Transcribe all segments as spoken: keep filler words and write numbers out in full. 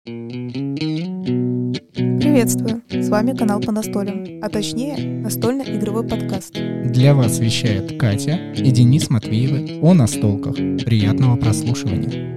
Приветствую! С вами канал по настолям, а точнее настольно-игровой подкаст. Для вас вещает Катя и Денис Матвеевы о настолках. Приятного прослушивания.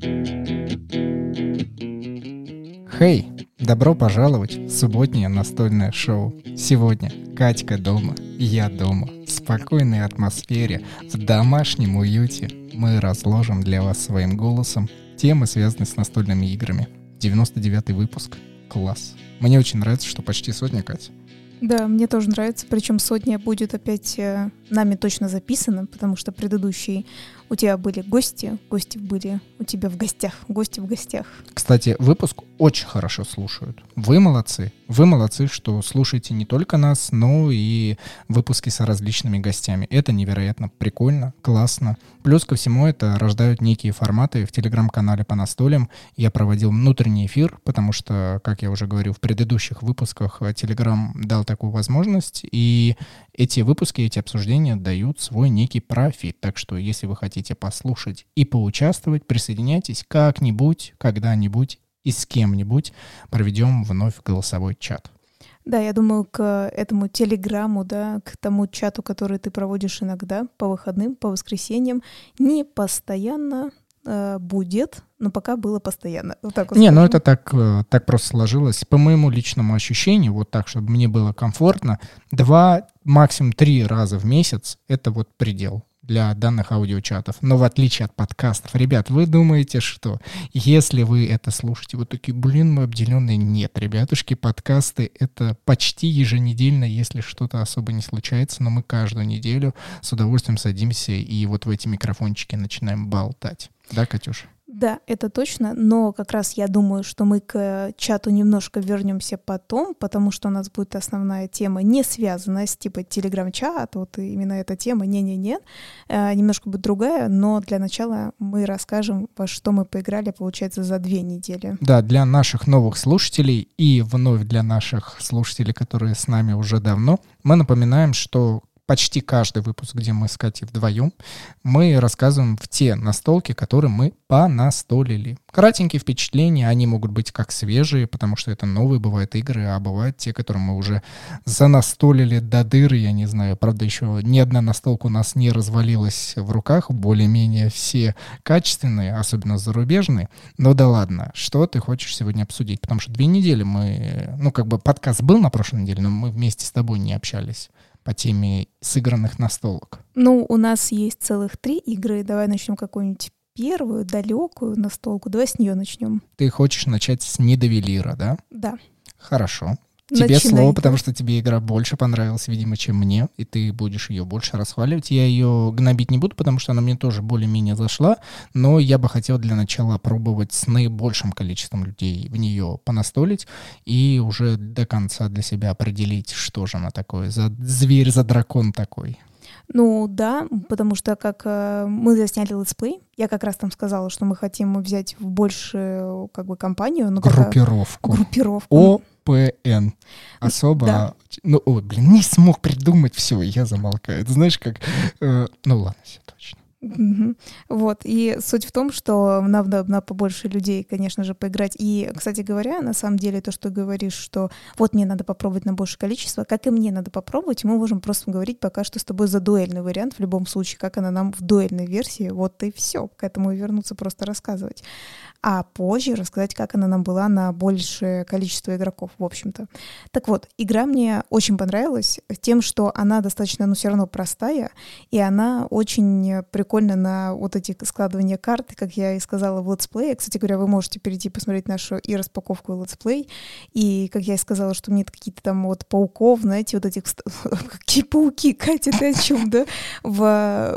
Хей! Добро пожаловать в субботнее настольное шоу. Сегодня Катька дома, я дома. В спокойной атмосфере, в домашнем уюте мы разложим для вас своим голосом темы, связанные с настольными играми. девяносто девятый выпуск. Класс. Мне очень нравится, что почти сотня, Катя. Да, мне тоже нравится, причем сотня будет опять э, нами точно записана, потому что предыдущие у тебя были гости, гости были у тебя в гостях, гости в гостях. Кстати, выпуск очень хорошо слушают. Вы молодцы. Вы молодцы, что слушаете не только нас, но и выпуски с различными гостями. Это невероятно прикольно, классно. Плюс ко всему это рождают некие форматы. В телеграм-канале по настолям я проводил внутренний эфир, потому что, как я уже говорил в предыдущих выпусках, телеграм дал такую возможность, и эти выпуски, эти обсуждения дают свой некий профит. Так что, если вы хотите послушать и поучаствовать, присоединяйтесь как-нибудь, когда-нибудь и с кем-нибудь проведем вновь голосовой чат. Да, я думаю, к этому телеграмму, да, к тому чату, который ты проводишь иногда по выходным, по воскресеньям, не постоянно э, будет, но пока было постоянно. Вот так вот не, скажем. ну это так, так просто сложилось. По моему личному ощущению, вот так, чтобы мне было комфортно, два, максимум три раза в месяц — это вот предел для данных аудиочатов. Но в отличие от подкастов, ребят, вы думаете, что если вы это слушаете, вы такие, блин, мы обделенные? Нет, ребятушки, подкасты — это почти еженедельно, если что-то особо не случается, но мы каждую неделю с удовольствием садимся и вот в эти микрофончики начинаем болтать. Да, Катюша? Да, это точно, но как раз я думаю, что мы к чату немножко вернемся потом, потому что у нас будет основная тема, не связанная с типа телеграм-чат, вот именно эта тема, не-не-не, э, немножко будет другая, но для начала мы расскажем, во что мы поиграли, получается, за две недели. Да, для наших новых слушателей и вновь для наших слушателей, которые с нами уже давно, мы напоминаем, что почти каждый выпуск, где мы с Катей вдвоем, мы рассказываем в те настолки, которые мы понастолили. Кратенькие впечатления, они могут быть как свежие, потому что это новые бывают игры, а бывают те, которые мы уже занастолили до дыры, я не знаю. Правда, еще ни одна настолка у нас не развалилась в руках, более-менее все качественные, особенно зарубежные. Но да ладно, что ты хочешь сегодня обсудить? Потому что две недели мы, ну как бы подкаст был на прошлой неделе, но мы вместе с тобой не общались по теме сыгранных настолок. Ну, у нас есть целых три игры. Давай начнем какую-нибудь первую, далекую настолку. Давай с нее начнем. Ты хочешь начать с Нидовеллира, да? Да. Хорошо. Тебе Начинай. слово, потому что тебе игра больше понравилась, видимо, чем мне, и ты будешь ее больше расхваливать. Я ее гнобить не буду, потому что она мне тоже более-менее зашла, но я бы хотел для начала пробовать с наибольшим количеством людей в нее понастолить и уже до конца для себя определить, что же она такое, за зверь, за дракон такой. Ну да, потому что как э, мы засняли летсплей, я как раз там сказала, что мы хотим взять в большую как бы компанию. Но группировку. Пока... Группировку. О П Н. Особо... Да. Ну, ой, блин, не смог придумать, все, я замолкаю. Это знаешь, как... Э, ну ладно, все точно. Mm-hmm. Вот, и суть в том, что нам надо побольше людей, конечно же, поиграть. И, кстати говоря, на самом деле то, что ты говоришь, что вот мне надо попробовать на большее количество, как и мне надо попробовать, мы можем просто говорить пока что с тобой за дуэльный вариант, в любом случае, как она нам в дуэльной версии, вот и все, к этому и вернуться, просто рассказывать. А позже рассказать, как она нам была на большее количество игроков, в общем-то. Так вот, игра мне очень понравилась тем, что она достаточно, ну, все равно простая, и она очень прикольная на вот эти складывания карт, как я и сказала в летсплее. Кстати говоря, вы можете перейти посмотреть нашу и распаковку, и летсплей. И, как я и сказала, что нет какие-то там вот пауков, знаете, вот этих... Какие пауки, Катя, ты о чем, да? В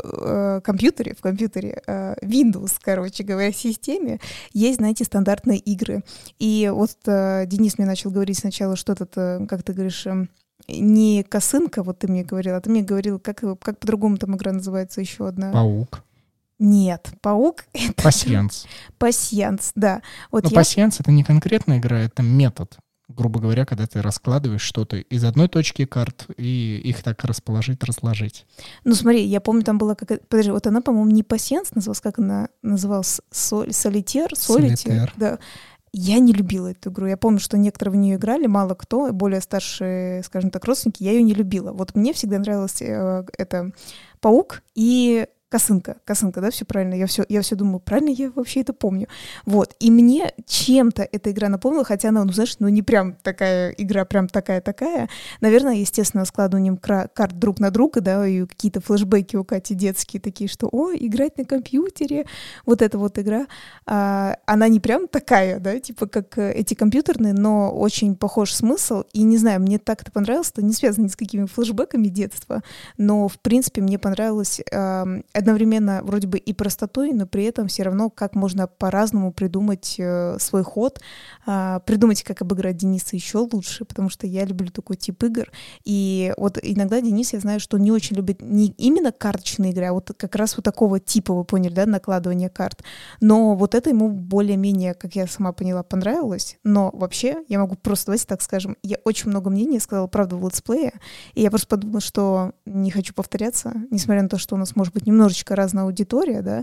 э, компьютере, в компьютере э, Windows, короче говоря, системе есть, знаете, стандартные игры. И вот э, Денис мне начал говорить сначала, что это, как ты говоришь... Э, не косынка, вот ты мне говорил, а ты мне говорил, как, как по-другому там игра называется еще одна? Паук. Нет, паук — это... Пасьянс. Пасьянс, да. Вот Но я... пасьянс — это не конкретная игра, это метод. Грубо говоря, когда ты раскладываешь что-то из одной точки карт и их так расположить, разложить. Ну смотри, я помню, там была какая-то... Подожди, вот она, по-моему, не пасьянс называлась, как она называлась? Соль... Солитер? Солитер. Да. Я не любила эту игру. Я помню, что некоторые в нее играли, мало кто, более старшие, скажем так, родственники, я ее не любила. Вот мне всегда нравилась э, это паук и косынка. Косынка, да, все правильно? Я все, я все думаю, правильно я вообще это помню. Вот. И мне чем-то эта игра напомнила, хотя она, ну, знаешь, ну, не прям такая игра, прям такая-такая. Наверное, естественно, складыванием кра- карт друг на друга, да, и какие-то флешбеки у Кати детские такие, что, о, играть на компьютере, вот эта вот игра. А, она не прям такая, да, типа как эти компьютерные, но очень похож смысл. И не знаю, мне так это понравилось, это не связано ни с какими флешбеками детства, но, в принципе, мне понравилось а, одновременно вроде бы и простотой, но при этом все равно как можно по-разному придумать э, свой ход, э, придумать, как обыграть Дениса еще лучше, потому что я люблю такой тип игр. И вот иногда Денис, я знаю, что не очень любит не именно карточные игры, а вот как раз вот такого типа, вы поняли, да, накладывание карт. Но вот это ему более-менее, как я сама поняла, понравилось. Но вообще я могу просто, давайте так скажем, я очень много мнений сказала, правда, в летсплее, и я просто подумала, что не хочу повторяться, несмотря на то, что у нас может быть немного немножечко разная аудитория, да,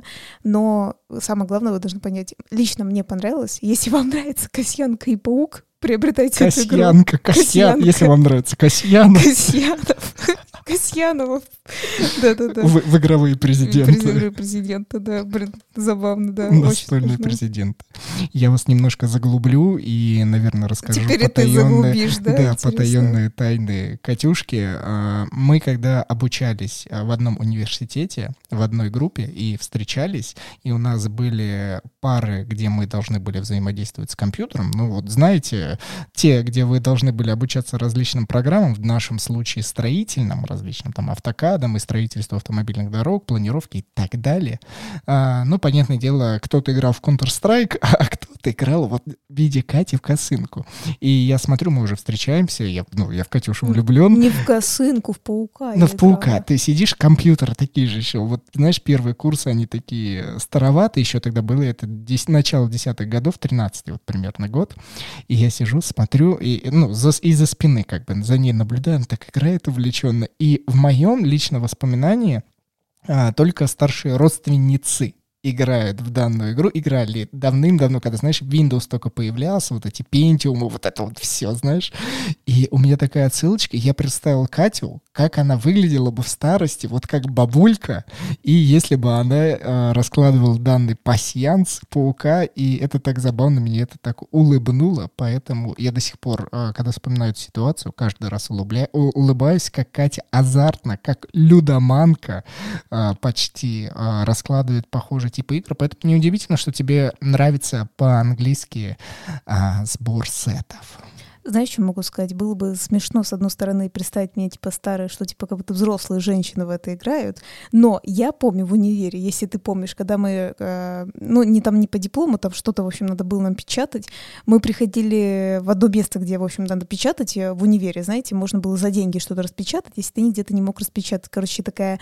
но самое главное, вы должны понять, лично мне понравилось, если вам нравится Касьянка и паук, приобретайте эту игру. Касьянка, Касьян, если вам нравится Касьянов. Касьянов. Касьянова. Да-да-да. В, в игровые президенты. В игровые президенты, да. Блин, забавно, да. Настольные президенты. Я вас немножко заглублю и, наверное, расскажу Теперь потаенные, ты заглубишь, да, да, потаенные тайны Катюшки. Мы, когда обучались в одном университете, в одной группе и встречались, и у нас были пары, где мы должны были взаимодействовать с компьютером. Ну вот, знаете, те, где вы должны были обучаться различным программам, в нашем случае строительным, различным там автокадом и строительству автомобильных дорог, планировки и так далее. А, ну, понятное дело, кто-то играл в Counter-Strike, а кто-то играл вот в виде Кати в косынку. И я смотрю, мы уже встречаемся, я, ну, я в Катюшу влюблен. Не в косынку, в паука. Ну, в паука. Ты сидишь, компьютер такие же еще. Вот, знаешь, первые курсы, они такие староватые еще тогда было. Это десять, начало десятых годов, тринадцатый вот примерно год. И я сижу, смотрю, и, ну, за, из-за спины как бы за ней наблюдаю, она так играет увлеченно. И в моем личном воспоминании а, только старшие родственницы играют в данную игру, играли давным-давно, когда, знаешь, Windows только появлялся, вот эти Pentium, вот это вот все, знаешь. И у меня такая отсылочка, я представил Катю, как она выглядела бы в старости, вот как бабулька, и если бы она э, раскладывала данный пасьянс паука, и это так забавно, мне это так улыбнуло, поэтому я до сих пор, э, когда вспоминаю эту ситуацию, каждый раз улыбля... улыбаюсь, как Катя азартно, как людоманка э, почти э, раскладывает похожие типа игр, поэтому неудивительно, что тебе нравится по-английски а, сбор сетов. Знаешь, что могу сказать? Было бы смешно, с одной стороны, представить меня, типа, старые, что, типа, как будто взрослые женщины в это играют. Но я помню в универе, если ты помнишь, когда мы, э, ну, не там не по диплому, там что-то, в общем, надо было нам печатать, мы приходили в одно место, где, в общем, надо печатать, в универе, знаете, можно было за деньги что-то распечатать, если ты где-то не мог распечатать. Короче, такая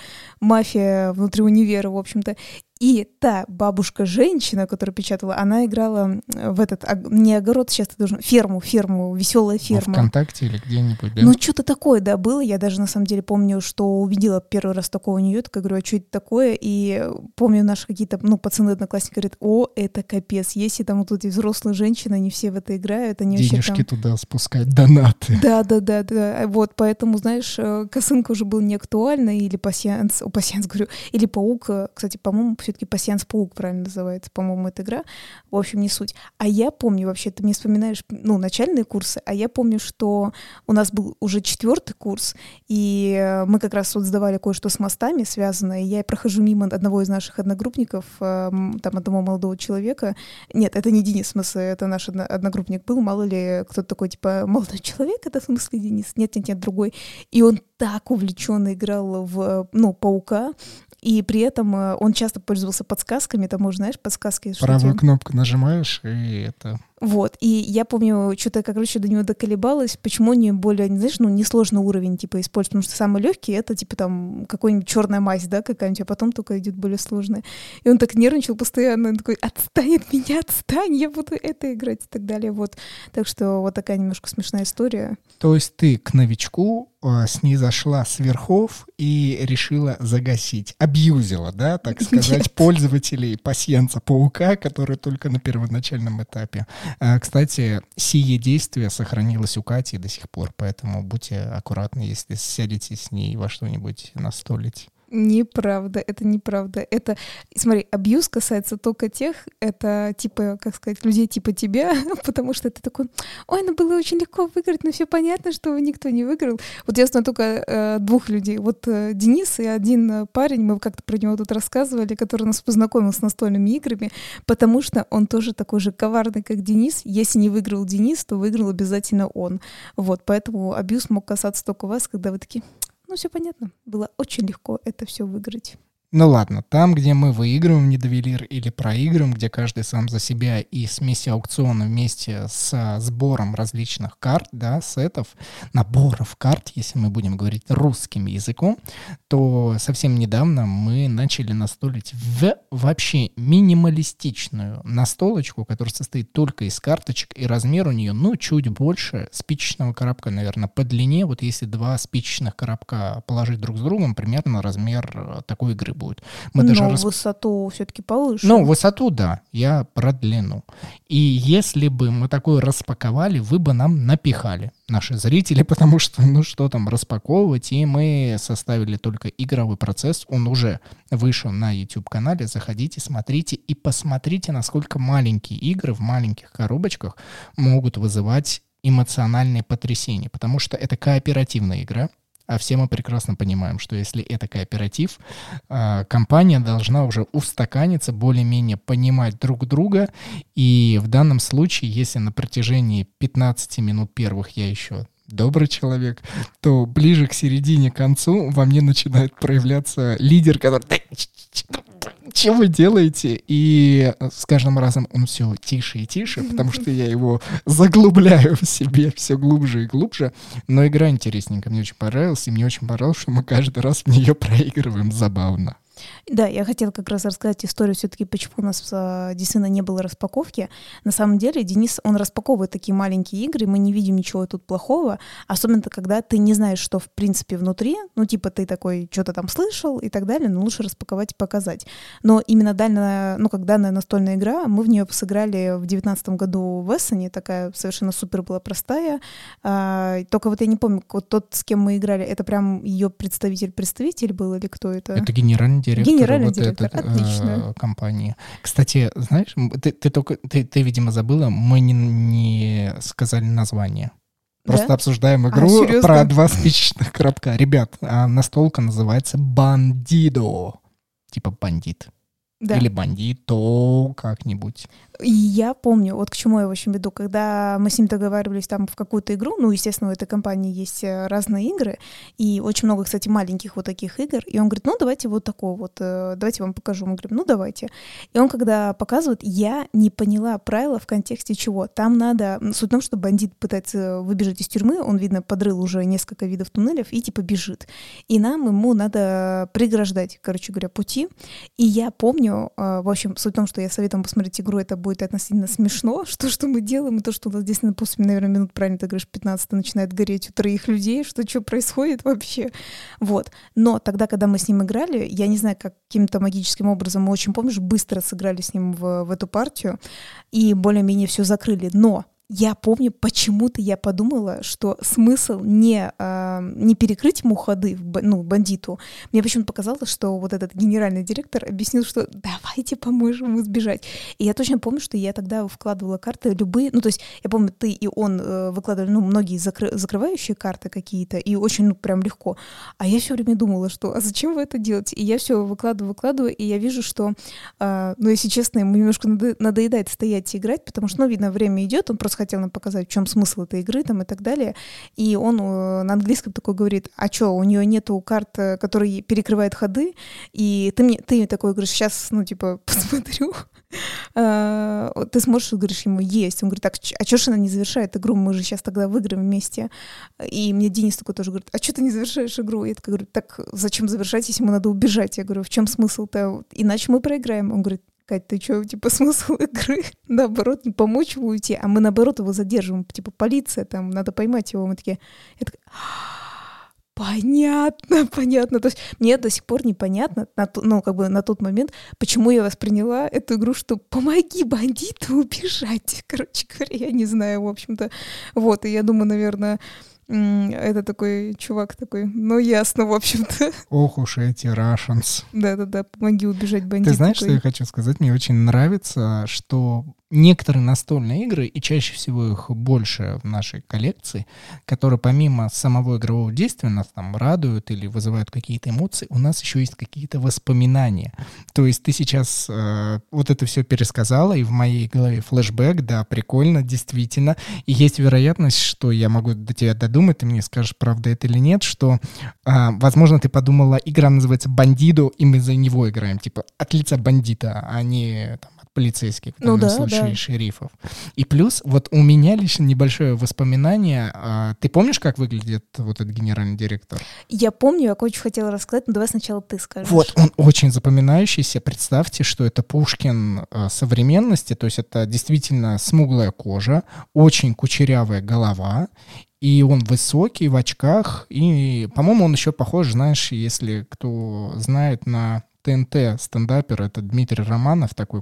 мафия внутри универа, в общем-то. И та бабушка-женщина, которая печатала, она играла в этот, не огород, сейчас ты должен, ферму, ферму, веселая ферма. ВКонтакте или где-нибудь, да? Ну, что-то такое, да, было. Я даже, на самом деле, помню, что увидела первый раз такого у нее, так говорю, а что это такое? И помню, наши какие-то, ну, пацаны-одноклассники говорят, о, это капец, если там вот эти взрослые женщины, они все в это играют, они денежки вообще там... туда спускать, донаты. Да-да-да, да. Вот, поэтому, знаешь, косынка уже был не актуальна, или пасьянс, о, пасьянс, говорю, или паук, кстати, по-моему, все-таки пасьянс-паук правильно называется, по-моему, эта игра. В общем, не суть. А я помню, вообще, ты мне вспоминаешь, ну, начальные курсы, а я помню, что у нас был уже четвертый курс, и мы как раз вот сдавали кое-что с мостами связанное, и я прохожу мимо одного из наших одногруппников, там, одного молодого человека. Нет, это не Денис, в смысле, это наш одногруппник был, мало ли, кто-то такой, типа, молодой человек, это в смысле Денис? Нет-нет-нет, другой. И он так увлеченно играл в, ну, паука, и при этом он часто пользовался подсказками, там, можно, знаешь, подсказки. Правую кнопку нажимаешь, и это... Вот, и я помню, что-то, короче, до него доколебалась, почему не более, не знаешь, ну, несложный уровень, типа, использовать, потому что самый легкий это, типа, там, какой-нибудь черная мазь, да, какая-нибудь, а потом только идет более сложная. И он так нервничал постоянно, он такой, отстань от меня, отстань, я буду это играть и так далее, вот. Так что вот такая немножко смешная история. То есть ты к новичку э, снизошла с верхов и решила загасить, абьюзила, да, так сказать, Нет. пользователей пасьянса паука, которые только на первоначальном этапе. Кстати, сие действие сохранилось у Кати до сих пор, поэтому будьте аккуратны, если сядете с ней во что-нибудь настолить. Неправда, это неправда. Это, смотри, абьюз касается только тех, это типа, как сказать, людей типа тебя, потому что ты такой, ой, ну было очень легко выиграть, но все понятно, что никто не выиграл. Вот я знаю только э, двух людей. Вот э, Денис и один э, парень, мы как-то про него тут рассказывали, который нас познакомил с настольными играми, потому что он тоже такой же коварный, как Денис. Если не выиграл Денис, то выиграл обязательно он. Вот, поэтому абьюз мог касаться только вас, когда вы такие... Ну, все понятно. Было очень легко это все выиграть. Ну ладно, там, где мы выигрываем недовелир или проигрываем, где каждый сам за себя и смеси аукциона вместе с сбором различных карт, да, сетов, наборов карт, если мы будем говорить русским языком, то совсем недавно мы начали настолить в вообще минималистичную настолочку, которая состоит только из карточек, и размер у нее, ну, чуть больше спичечного коробка, наверное, по длине. Вот если два спичечных коробка положить друг с другом, примерно размер такой игры будет. Мы Но даже расп... высоту все-таки повыше. Ну, высоту, да, я про длину. И если бы мы такое распаковали, вы бы нам напихали, наши зрители, потому что, ну, что там распаковывать, и мы составили только игровой процесс, он уже вышел на YouTube-канале, заходите, смотрите и посмотрите, насколько маленькие игры в маленьких коробочках могут вызывать эмоциональные потрясения, потому что это кооперативная игра. А все мы прекрасно понимаем, что если это кооператив, компания должна уже устаканиться, более-менее понимать друг друга. И в данном случае, если на протяжении пятнадцати минут первых я еще добрый человек, то ближе к середине, к концу во мне начинает проявляться лидер, который... Что вы делаете? И с каждым разом он все тише и тише, потому что я его заглубляю в себе все глубже и глубже. Но игра интересненькая, мне очень понравилась, и мне очень понравилось, что мы каждый раз в нее проигрываем забавно. Да, я хотела как раз рассказать историю все-таки, почему у нас э, действительно не было распаковки. На самом деле Денис, он распаковывает такие маленькие игры, мы не видим ничего тут плохого, особенно когда ты не знаешь, что в принципе внутри, ну типа ты такой что-то там слышал и так далее, но лучше распаковать и показать. Но именно данная, ну как данная настольная игра, мы в нее сыграли в девятнадцатом году в Эссене, такая совершенно супер была простая, а, только вот я не помню, вот тот, с кем мы играли, это прям ее представитель-представитель был или кто это? Это генеральный директор Генеральный вот директор, этой отлично. Э, компании. Кстати, знаешь, ты, ты только, ты, ты, видимо, забыла, мы не, не сказали название. Просто Да? обсуждаем игру А, про два спичечных коробка. Ребят, а настолка называется Бандидо. Типа бандит. Да. Или бандито как-нибудь. И я помню, вот к чему я в общем веду, когда мы с ним договаривались там в какую-то игру, ну, естественно, у этой компании есть разные игры, и очень много, кстати, маленьких вот таких игр, и он говорит, ну, давайте вот такого вот, давайте вам покажу. Мы говорим, ну, давайте. И он, когда показывает, я не поняла правила в контексте чего. Там надо, суть в том, что бандит пытается выбежать из тюрьмы, он, видно, подрыл уже несколько видов туннелев и типа бежит. И нам ему надо преграждать, короче говоря, пути. И я помню, в общем, суть в том, что я советую посмотреть игру, это будет относительно смешно, что, что мы делаем, и то, что у нас здесь после, наверное, минут, правильно ты говоришь, пятнадцать начинает гореть у троих людей, что что происходит вообще. Вот. Но тогда, когда мы с ним играли, я не знаю, каким-то магическим образом, мы очень, помнишь, быстро сыграли с ним в, в эту партию, и более-менее все закрыли. Но я помню, почему-то я подумала, что смысл не, э, не перекрыть ему ходы, ну, бандиту. Мне почему-то показалось, что вот этот генеральный директор объяснил, что давайте поможем ему сбежать. И я точно помню, что я тогда вкладывала карты любые, ну, то есть я помню, ты и он э, выкладывали, ну, многие закры- закрывающие карты какие-то, и очень, ну, прям легко. А я все время думала, что, а зачем вы это делаете? И я все выкладываю, выкладываю, и я вижу, что, э, ну, если честно, ему немножко надо- надоедает стоять и играть, потому что, ну, видно, время идет, он просто хотел нам показать, в чем смысл этой игры там и так далее. И он э, на английском такой говорит, а что, у нее нету карт, которые перекрывают ходы, и ты мне, ты такой говоришь, сейчас, ну, типа, посмотрю. Ты сможешь, говоришь ему, есть. Он говорит, так, а что ж она не завершает игру? Мы же сейчас тогда выиграем вместе. И мне Денис такой тоже говорит, а что ты не завершаешь игру? Я такая говорю, так зачем завершать, если ему надо убежать? Я говорю, в чем смысл-то? Иначе мы проиграем. Он говорит, Кать, ты что, типа, смысл игры? Наоборот, не помочь ему уйти, а мы, наоборот, его задерживаем. Типа, полиция, там, надо поймать его. Мы такие, я такая, понятно, понятно. То есть мне до сих пор непонятно, на, ну, как бы на тот момент, почему я восприняла эту игру, что помоги бандиту убежать. Короче говоря, я не знаю, в общем-то. Вот, и я думаю, наверное, это такой чувак такой, ну, ясно, в общем-то. Ох уж эти Russians. Да-да-да, помоги убежать бандиту. Ты знаешь, такой. Что я хочу сказать? Мне очень нравится, что некоторые настольные игры, и чаще всего их больше в нашей коллекции, которые помимо самого игрового действия нас там радуют или вызывают какие-то эмоции, у нас еще есть какие-то воспоминания. То есть ты сейчас э, вот это все пересказала, и в моей голове флешбэк, да, прикольно, действительно. И есть вероятность, что я могу до тебя додумать, ты мне скажешь, правда это или нет, что, э, возможно, ты подумала, игра называется «Бандидо», и мы за него играем, типа от лица бандита, а не там, полицейских, в данном ну, да, случае да. шерифов. И плюс, вот у меня лично небольшое воспоминание. А, ты помнишь, как выглядит вот этот генеральный директор? Я помню, я очень хотела рассказать, но давай сначала ты скажешь. Вот, он очень запоминающийся. Представьте, что это Пушкин а, современности, то есть это действительно смуглая кожа, очень кучерявая голова, и он высокий, в очках, и, по-моему, он еще похож, знаешь, если кто знает, на ТНТ стендапер, это Дмитрий Романов, такой,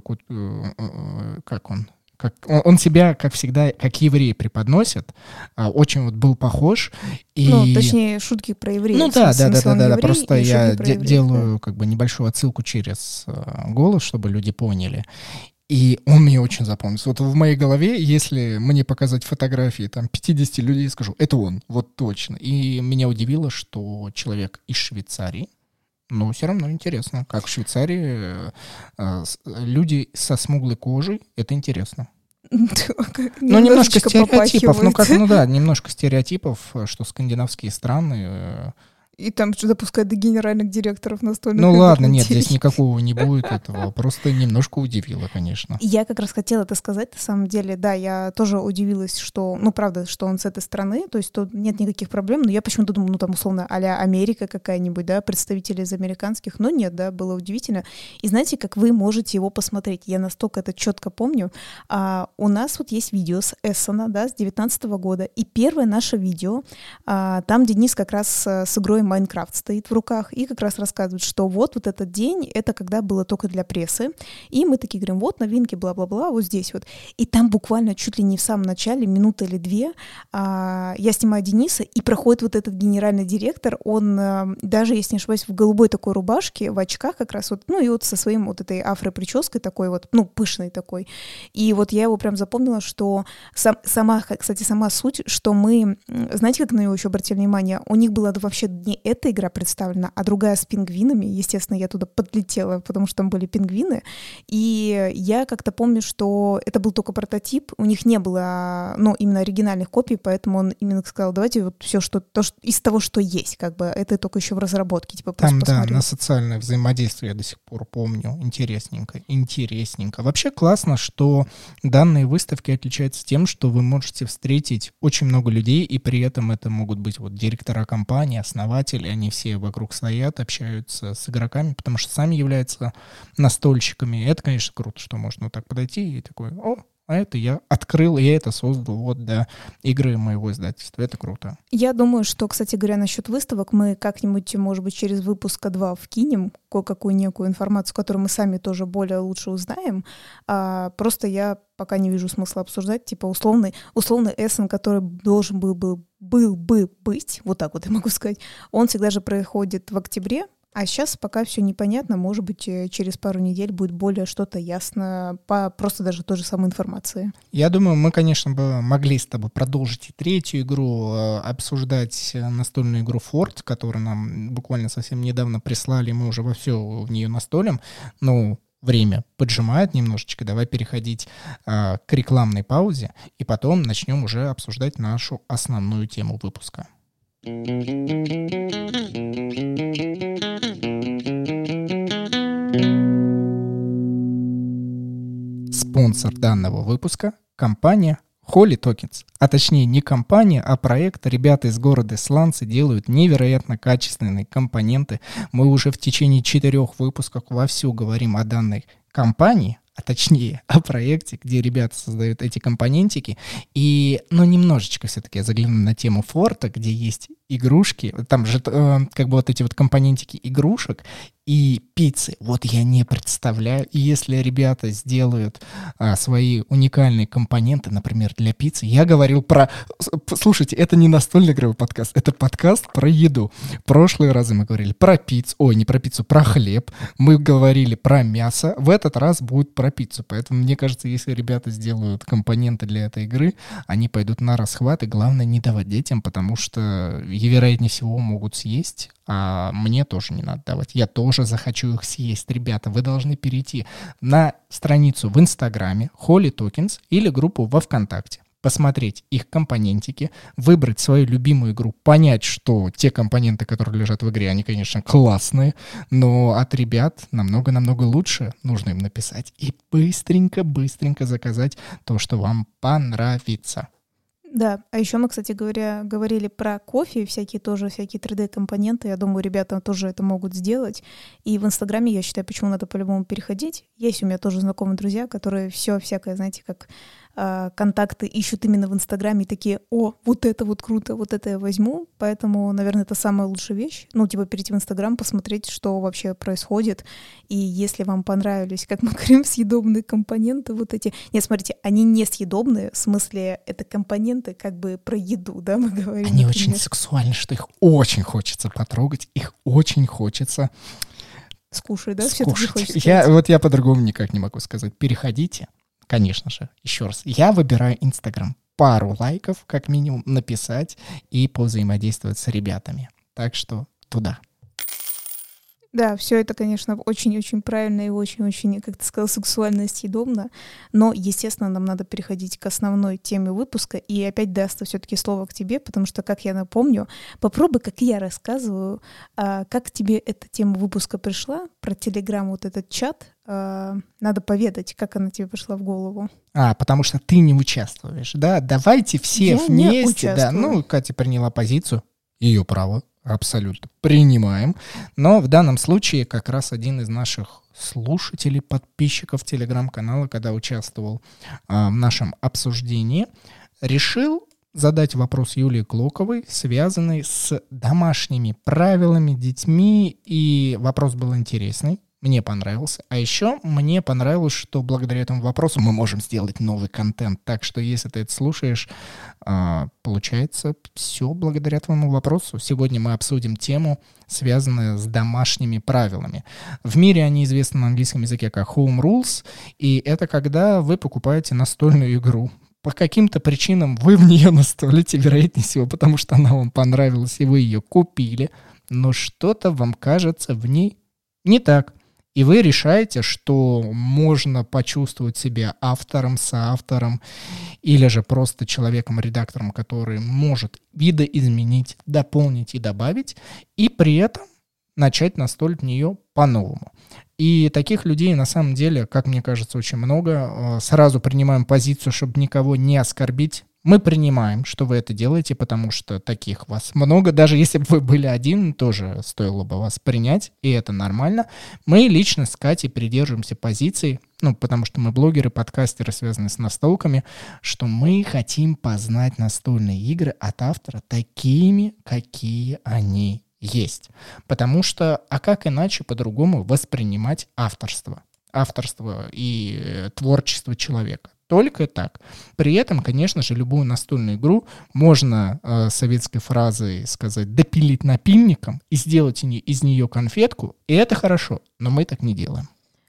как он, как, он, он себя, как всегда, как еврей преподносит, очень вот был похож. И... Ну, точнее, шутки про евреев. Ну да, да, да, да, да, да, просто я де- евреев, делаю да. как бы небольшую отсылку через голос, чтобы люди поняли. И он мне очень запомнился. Вот в моей голове, если мне показать фотографии там пятьдесят людей, скажу, это он, вот точно. И меня удивило, что человек из Швейцарии, но все равно интересно, как в Швейцарии э, люди со смуглой кожей, это интересно. Ну, немножко стереотипов, ну как, ну да, немножко стереотипов, что скандинавские страны... Э, И там что допускают до генеральных директоров настольных Ну игр ладно, нет, здесь никакого не будет этого. Просто немножко удивило, конечно. Я как раз хотела это сказать, на самом деле. Да, я тоже удивилась, что, ну правда, что он с этой страны, то есть тут нет никаких проблем, но я почему-то думала, ну там условно а-ля Америка какая-нибудь, да, представители из американских, но нет, да, было удивительно. И знаете, как вы можете его посмотреть? Я настолько это четко помню. А, у нас вот есть видео с Эссена, да, с девятнадцатого года, и первое наше видео, а, там Денис как раз с игрой Майнкрафт стоит в руках и как раз рассказывает, что вот, вот этот день, это когда было только для прессы, и мы такие говорим, вот новинки, бла-бла-бла, вот здесь вот. И там буквально чуть ли не в самом начале, минута или две, а, я снимаю Дениса, и проходит вот этот генеральный директор, он а, даже, если не ошибаюсь, в голубой такой рубашке, в очках как раз вот, ну и вот со своим вот этой афро-прической такой вот, ну, пышной такой. И вот я его прям запомнила, что сам, сама, кстати, сама суть, что мы, знаете, как на него еще обратили внимание, у них было вообще не эта игра представлена, а другая с пингвинами. Естественно, я туда подлетела, потому что там были пингвины. И я как-то помню, что это был только прототип. У них не было, ну, именно оригинальных копий, поэтому он именно сказал, давайте вот все, что, то, что из того, что есть, как бы, это только еще в разработке. Типа, там, да, посмотрю. На социальное взаимодействие я до сих пор помню. Интересненько, интересненько. Вообще классно, что данные выставки отличаются тем, что вы можете встретить очень много людей, и при этом это могут быть вот директора компании, основатели, они все вокруг стоят, общаются с игроками, потому что сами являются настольщиками. И это, конечно, круто, что можно вот так подойти и такой, о, а это я открыл, я это создал вот для игры моего издательства. Это круто. Я думаю, что, кстати говоря, насчет выставок мы как-нибудь, может быть, через выпуска два вкинем кое-какую некую информацию, которую мы сами тоже более лучше узнаем. А, просто я пока не вижу смысла обсуждать, типа условный, условный Эссен, который должен был, был, был бы быть, вот так вот я могу сказать, он всегда же проходит в октябре, а сейчас пока все непонятно, может быть, через пару недель будет более что-то ясно по просто даже той же самой информации. Я думаю, мы, конечно, бы могли с тобой продолжить и третью игру, обсуждать настольную игру Fort, которую нам буквально совсем недавно прислали, мы уже вовсю в нее настолим, но время поджимает немножечко, давай переходить а, к рекламной паузе, и потом начнем уже обсуждать нашу основную тему выпуска. Спонсор данного выпуска — компания Holy Tokens. А точнее не компания, а проект. Ребята из города Сланцы делают невероятно качественные компоненты. Мы уже в течение четырех выпусков вовсю говорим о данной компании, а точнее о проекте, где ребята создают эти компонентики. И, ну, немножечко все-таки я загляну на тему Форта, где есть игрушки, там же э, как бы вот эти вот компонентики игрушек и пиццы. Вот я не представляю. И если ребята сделают а, свои уникальные компоненты, например, для пиццы, я говорил про... Слушайте, это не настольный игровой подкаст, это подкаст про еду. В прошлые разы мы говорили про пиццу, ой, не про пиццу, про хлеб. Мы говорили про мясо. В этот раз будет про пиццу. Поэтому, мне кажется, если ребята сделают компоненты для этой игры, они пойдут на расхват. И главное, не давать детям, потому что, вероятнее всего, могут съесть. А мне тоже не надо давать. Я тоже захочу их съесть. Ребята, вы должны перейти на страницу в Инстаграме Holy Tokens или группу во ВКонтакте, посмотреть их компонентики, выбрать свою любимую игру, понять, что те компоненты, которые лежат в игре, они, конечно, классные, но от ребят намного-намного лучше. Нужно им написать и быстренько-быстренько заказать то, что вам понравится. Да, а еще мы, кстати говоря, говорили про кофе, всякие тоже, всякие три дэ-компоненты. Я думаю, ребята тоже это могут сделать. И в Инстаграме, я считаю, почему надо по-любому переходить. Есть у меня тоже знакомые друзья, которые все всякое, знаете, как э, контакты ищут именно в Инстаграме и такие: о, вот это вот круто, вот это я возьму. Поэтому, наверное, это самая лучшая вещь. Ну, типа перейти в Инстаграм, посмотреть, что вообще происходит. И если вам понравились, как мы говорим, съедобные компоненты вот эти... Нет, смотрите, они не съедобные, в смысле, это компоненты как бы про еду, да, мы говорим. Они например. Очень сексуальны, что их очень хочется потрогать, их очень хочется скушать, да? Скушать. Я, вот я по-другому никак не могу сказать. Переходите, конечно же, еще раз. Я выбираю Инстаграм. Пару лайков, как минимум, написать и повзаимодействовать с ребятами. Так что туда. Да, все это, конечно, очень-очень правильно и очень-очень, как ты сказал, сексуально и съедобно. Но, естественно, нам надо переходить к основной теме выпуска. И опять даст все-таки слово к тебе, потому что, как я напомню, попробуй, как я рассказываю, как тебе эта тема выпуска пришла, про Телеграм, вот этот чат. Надо поведать, как она тебе пришла в голову. А, потому что ты не участвуешь, да? Давайте все я вместе, да. Ну, Катя приняла позицию, ее право. Абсолютно. Принимаем. Но в данном случае как раз один из наших слушателей, подписчиков телеграм-канала, когда участвовал а, в нашем обсуждении, решил задать вопрос Юлии Клоковой, связанный с домашними правилами, детьми. И вопрос был интересный. Мне понравился. А еще мне понравилось, что благодаря этому вопросу мы можем сделать новый контент. Так что, если ты это слушаешь, получается, все благодаря твоему вопросу. Сегодня мы обсудим тему, связанную с домашними правилами. В мире они известны на английском языке как home rules, и это когда вы покупаете настольную игру. По каким-то причинам вы в нее настолите, вероятнее всего, потому что она вам понравилась, и вы ее купили, но что-то вам кажется в ней не так. И вы решаете, что можно почувствовать себя автором, соавтором или же просто человеком-редактором, который может видоизменить, дополнить и добавить, и при этом начать настолить в нее по-новому. И таких людей на самом деле, как мне кажется, очень много. Сразу принимаем позицию, чтобы никого не оскорбить. Мы принимаем, что вы это делаете, потому что таких вас много. Даже если бы вы были один, тоже стоило бы вас принять, и это нормально. Мы лично с Катей придерживаемся позиции, ну, потому что мы блогеры, подкастеры, связанные с настолками, что мы хотим познать настольные игры от автора такими, какие они есть. Потому что, а как иначе по-другому воспринимать авторство? Авторство и творчество человека. Только так. При этом, конечно же, любую настольную игру можно э, советской фразой сказать «допилить напильником» и сделать из нее конфетку, и это хорошо, но мы так не делаем.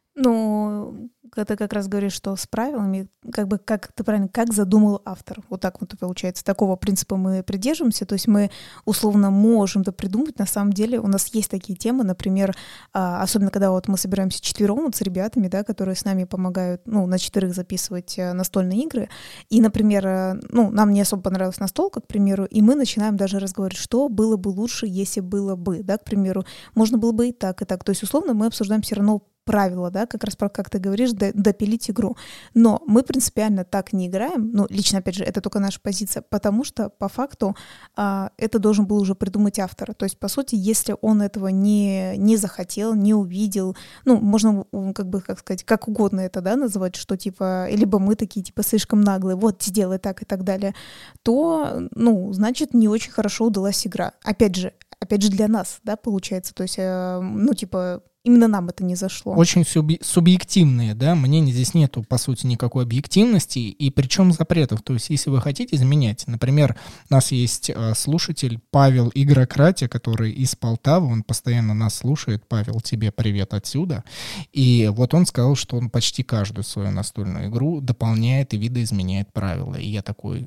Ну, ты как раз говоришь, что с правилами, как бы, как ты правильно, как задумал автор. Вот так вот получается. Такого принципа мы придерживаемся. То есть мы условно можем это придумать. На самом деле у нас есть такие темы, например, особенно когда вот мы собираемся четвером вот с ребятами, да, которые с нами помогают, ну, на четверых записывать настольные игры. И, например, ну, нам не особо понравилась настолка, к примеру, и мы начинаем даже разговаривать, что было бы лучше, если было бы, да, к примеру. Можно было бы и так, и так. То есть условно мы обсуждаем все равно правила, да, как раз, как ты говоришь, допилить игру. Но мы принципиально так не играем, ну, лично, опять же, это только наша позиция, потому что, по факту, а, это должен был уже придумать автор. То есть, по сути, если он этого не, не захотел, не увидел, ну, можно, как бы, как сказать, как угодно это, да, называть, что, типа, либо мы такие, типа, слишком наглые, вот, сделай так и так далее, то, ну, значит, не очень хорошо удалась игра. Опять же, опять же, для нас, да, получается, то есть, э, ну, типа, именно нам это не зашло. Очень субъ- субъективные, да, мнения здесь нету, по сути, никакой объективности, и причем запретов. То есть, если вы хотите изменять, например, у нас есть э, слушатель Павел Игрократия, который из Полтавы, он постоянно нас слушает. Павел, тебе привет отсюда. И вот он сказал, что он почти каждую свою настольную игру дополняет и видоизменяет правила. И я такой...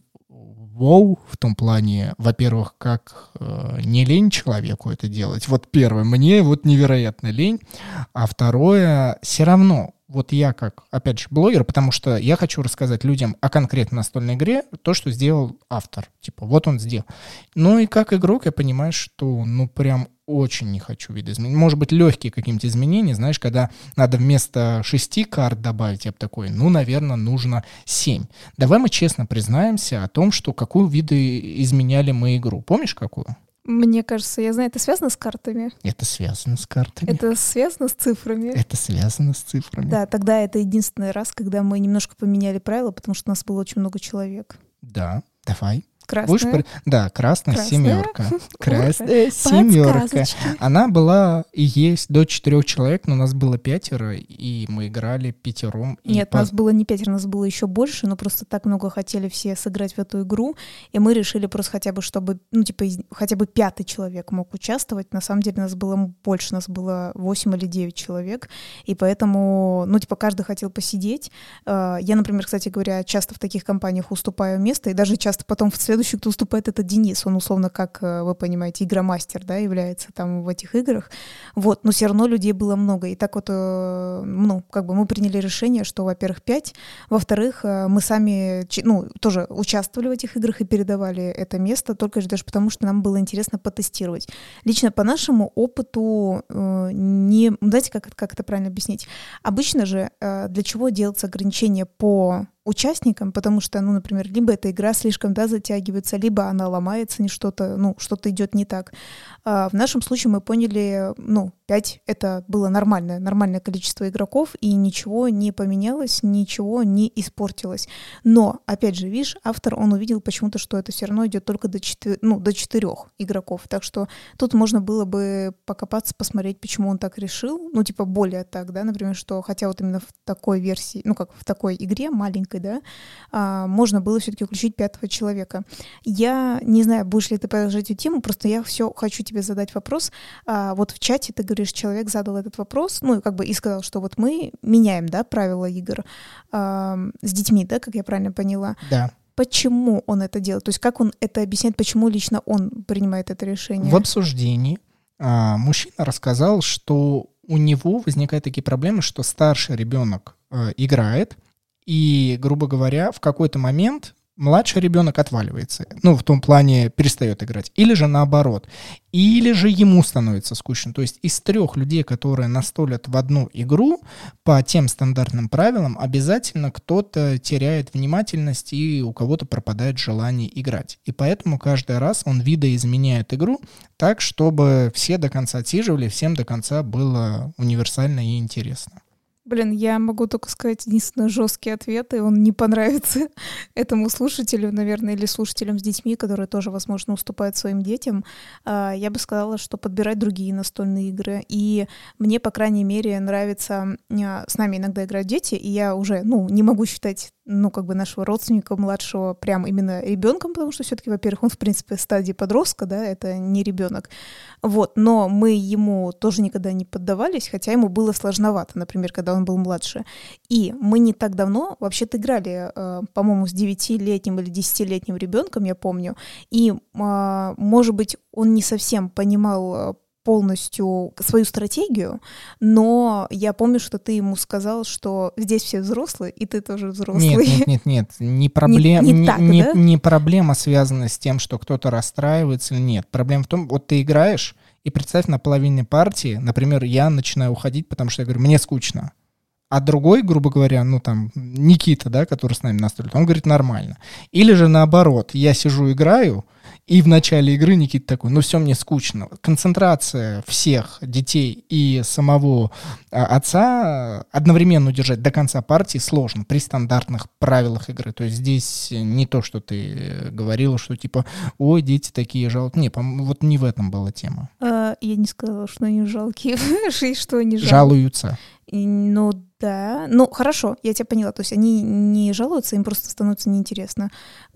Воу, в том плане, во-первых, как э, не лень человеку это делать. Вот первое, мне вот невероятно лень. А второе, все равно, вот я как, опять же, блогер, потому что я хочу рассказать людям о конкретной настольной игре, то, что сделал автор. Типа, вот он сделал. Ну и как игрок я понимаю, что, ну, прям очень не хочу видоизменений. Может быть, легкие какие-то изменения, знаешь, когда надо вместо шести карт добавить, я бы такой, ну, наверное, нужно семь. Давай мы честно признаемся о том, что какую виды изменяли мы игру. Помнишь, какую? Мне кажется, я знаю, это связано с картами. Это связано с картами. Это связано с цифрами. Это связано с цифрами. Да, тогда это единственный раз, когда мы немножко поменяли правила, потому что у нас было очень много человек. Да, давай. Красная. Будешь... Да, красная, красная. семерка. Красная семерка. Она была и есть до четырех человек, но у нас было пятеро, и мы играли пятером. Нет, по... нас было не пятеро, нас было еще больше, но просто так много хотели все сыграть в эту игру, и мы решили просто хотя бы, чтобы, ну, типа, из... хотя бы пятый человек мог участвовать. На самом деле нас было больше, нас было восемь или девять человек, и поэтому, ну, типа, каждый хотел посидеть. Я, например, кстати говоря, часто в таких компаниях уступаю место, и даже часто потом в цвет Следующий, кто уступает, это Денис. Он, условно, как вы понимаете, игромастер, да, является там в этих играх. Вот, но все равно людей было много. И так вот, ну, как бы мы приняли решение, что, во-первых, пять, во-вторых, мы сами, ну, тоже участвовали в этих играх и передавали это место, только лишь даже потому, что нам было интересно потестировать. Лично по нашему опыту не... Знаете, как, как это правильно объяснить? Обычно же для чего делается ограничение по участникам, потому что, ну, например, либо эта игра слишком, да, затягивается, либо она ломается, не что-то, ну, что-то идет не так. А в нашем случае мы поняли, ну, пять — это было нормальное, нормальное количество игроков, и ничего не поменялось, ничего не испортилось. Но, опять же, видишь, автор, он увидел почему-то, что это все равно идет только до, четы- ну, до четырех игроков, так что тут можно было бы покопаться, посмотреть, почему он так решил, ну, типа, более так, да, например, что, хотя вот именно в такой версии, ну, как в такой игре маленькой, да, а, можно было все-таки включить пятого человека. Я не знаю, будешь ли ты продолжать эту тему, просто я все хочу тебе задать вопрос. А, вот в чате ты говоришь, человек задал этот вопрос, ну, как бы и сказал, что вот мы меняем, да, правила игр а, с детьми, да, как я правильно поняла? Да. Почему он это делает? То есть как он это объясняет, почему лично он принимает это решение? В обсуждении а, мужчина рассказал, что у него возникают такие проблемы, что старший ребенок а, играет, и, грубо говоря, в какой-то момент младший ребенок отваливается. Ну, в том плане перестает играть. Или же наоборот. Или же ему становится скучно. То есть из трех людей, которые настолят в одну игру, по тем стандартным правилам, обязательно кто-то теряет внимательность и у кого-то пропадает желание играть. И поэтому каждый раз он видоизменяет игру так, чтобы все до конца отсиживали, всем до конца было универсально и интересно. Блин, я могу только сказать единственно жесткий ответ, и он не понравится этому слушателю, наверное, или слушателям с детьми, которые тоже, возможно, уступают своим детям. Я бы сказала, что подбирать другие настольные игры. И мне, по крайней мере, нравится... С нами иногда играют дети, и я уже, ну, не могу считать, ну, как бы нашего родственника младшего прям именно ребенком, потому что все-таки, во-первых, он, в принципе, в стадии подростка, да, это не ребенок. Вот, но мы ему тоже никогда не поддавались, хотя ему было сложновато, например, когда он был младше. И мы не так давно вообще-то играли, э, по-моему, с девятилетним или десятилетним ребенком, я помню, и, э, может быть, он не совсем понимал полностью свою стратегию, но я помню, что ты ему сказал, что здесь все взрослые, и ты тоже взрослый. Нет, нет, нет, нет. Не, проблем, не, не, не, так, не, да? не проблема связана с тем, что кто-то расстраивается. Нет, проблема в том, вот ты играешь, И представь, на половине партии, например, я начинаю уходить, потому что я говорю, мне скучно. А другой, грубо говоря, ну там, Никита, да, который с нами настроит, он говорит, нормально. Или же наоборот, я сижу, играю, и в начале игры Никита такой, ну все, мне скучно. Концентрация всех детей и самого а, отца одновременно удержать до конца партии сложно при стандартных правилах игры. То есть здесь не то, что ты говорила, что типа, ой, дети такие жалкие. Не, вот не в этом была тема. А, я не сказала, что они жалкие, что они жалуются. Жалуются. Ну да, ну хорошо, я тебя поняла, то есть они не жалуются, им просто становится неинтересно.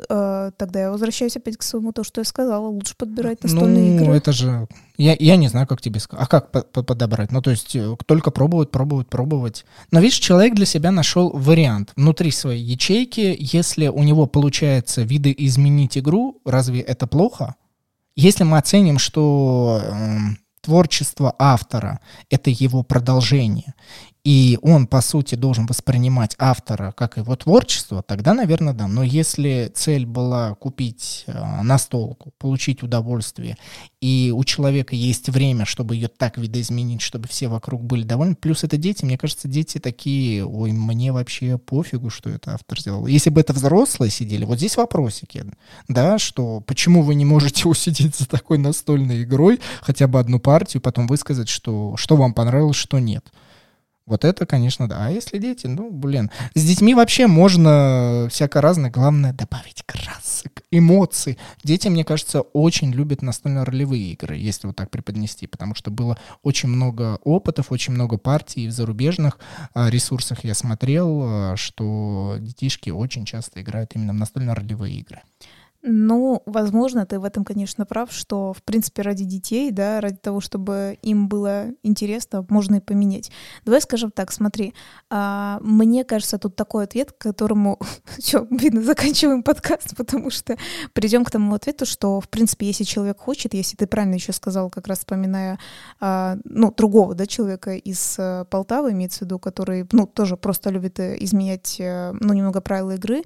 Э, тогда я возвращаюсь опять к своему, то, что я сказала, лучше подбирать настольные ну, игры. Ну, это же, я, я не знаю, как тебе сказать, а как по- по- подобрать? Ну, то есть только пробовать, пробовать, пробовать. Но видишь, человек для себя нашел вариант внутри своей ячейки, если у него получается видоизменить игру, разве это плохо? Если мы оценим, что... Э, творчество автора — это его продолжение, и он, по сути, должен воспринимать автора как его творчество, тогда, наверное, да. Но если цель была купить э, настолку, получить удовольствие, и у человека есть время, чтобы ее так видоизменить, чтобы все вокруг были довольны, плюс это дети, мне кажется, дети такие, ой, мне вообще пофигу, что это автор сделал. Если бы это взрослые сидели, вот здесь вопросики, да, что почему вы не можете усидеть за такой настольной игрой, хотя бы одну партию, потом высказать, что, что вам понравилось, что нет. Вот это, конечно, да. А если дети, ну, блин. С детьми вообще можно всяко разное. Главное — добавить красок, эмоций. Дети, мне кажется, очень любят настольно-ролевые игры, если вот так преподнести, потому что было очень много опытов, очень много партий в зарубежных а, ресурсах. Я смотрел, а, что детишки очень часто играют именно в настольно-ролевые игры. Ну, возможно, ты в этом, конечно, прав, что, в принципе, ради детей, да, ради того, чтобы им было интересно, можно и поменять. Давай скажем так, смотри, а, мне кажется, тут такой ответ, к которому, что, видно, заканчиваем подкаст, потому что придем к тому ответу, что, в принципе, если человек хочет, если ты правильно еще сказал, как раз вспоминая, а, ну, другого, да, человека из а, Полтавы, имеется в виду, который, ну, тоже просто любит изменять, а, ну, немного правила игры,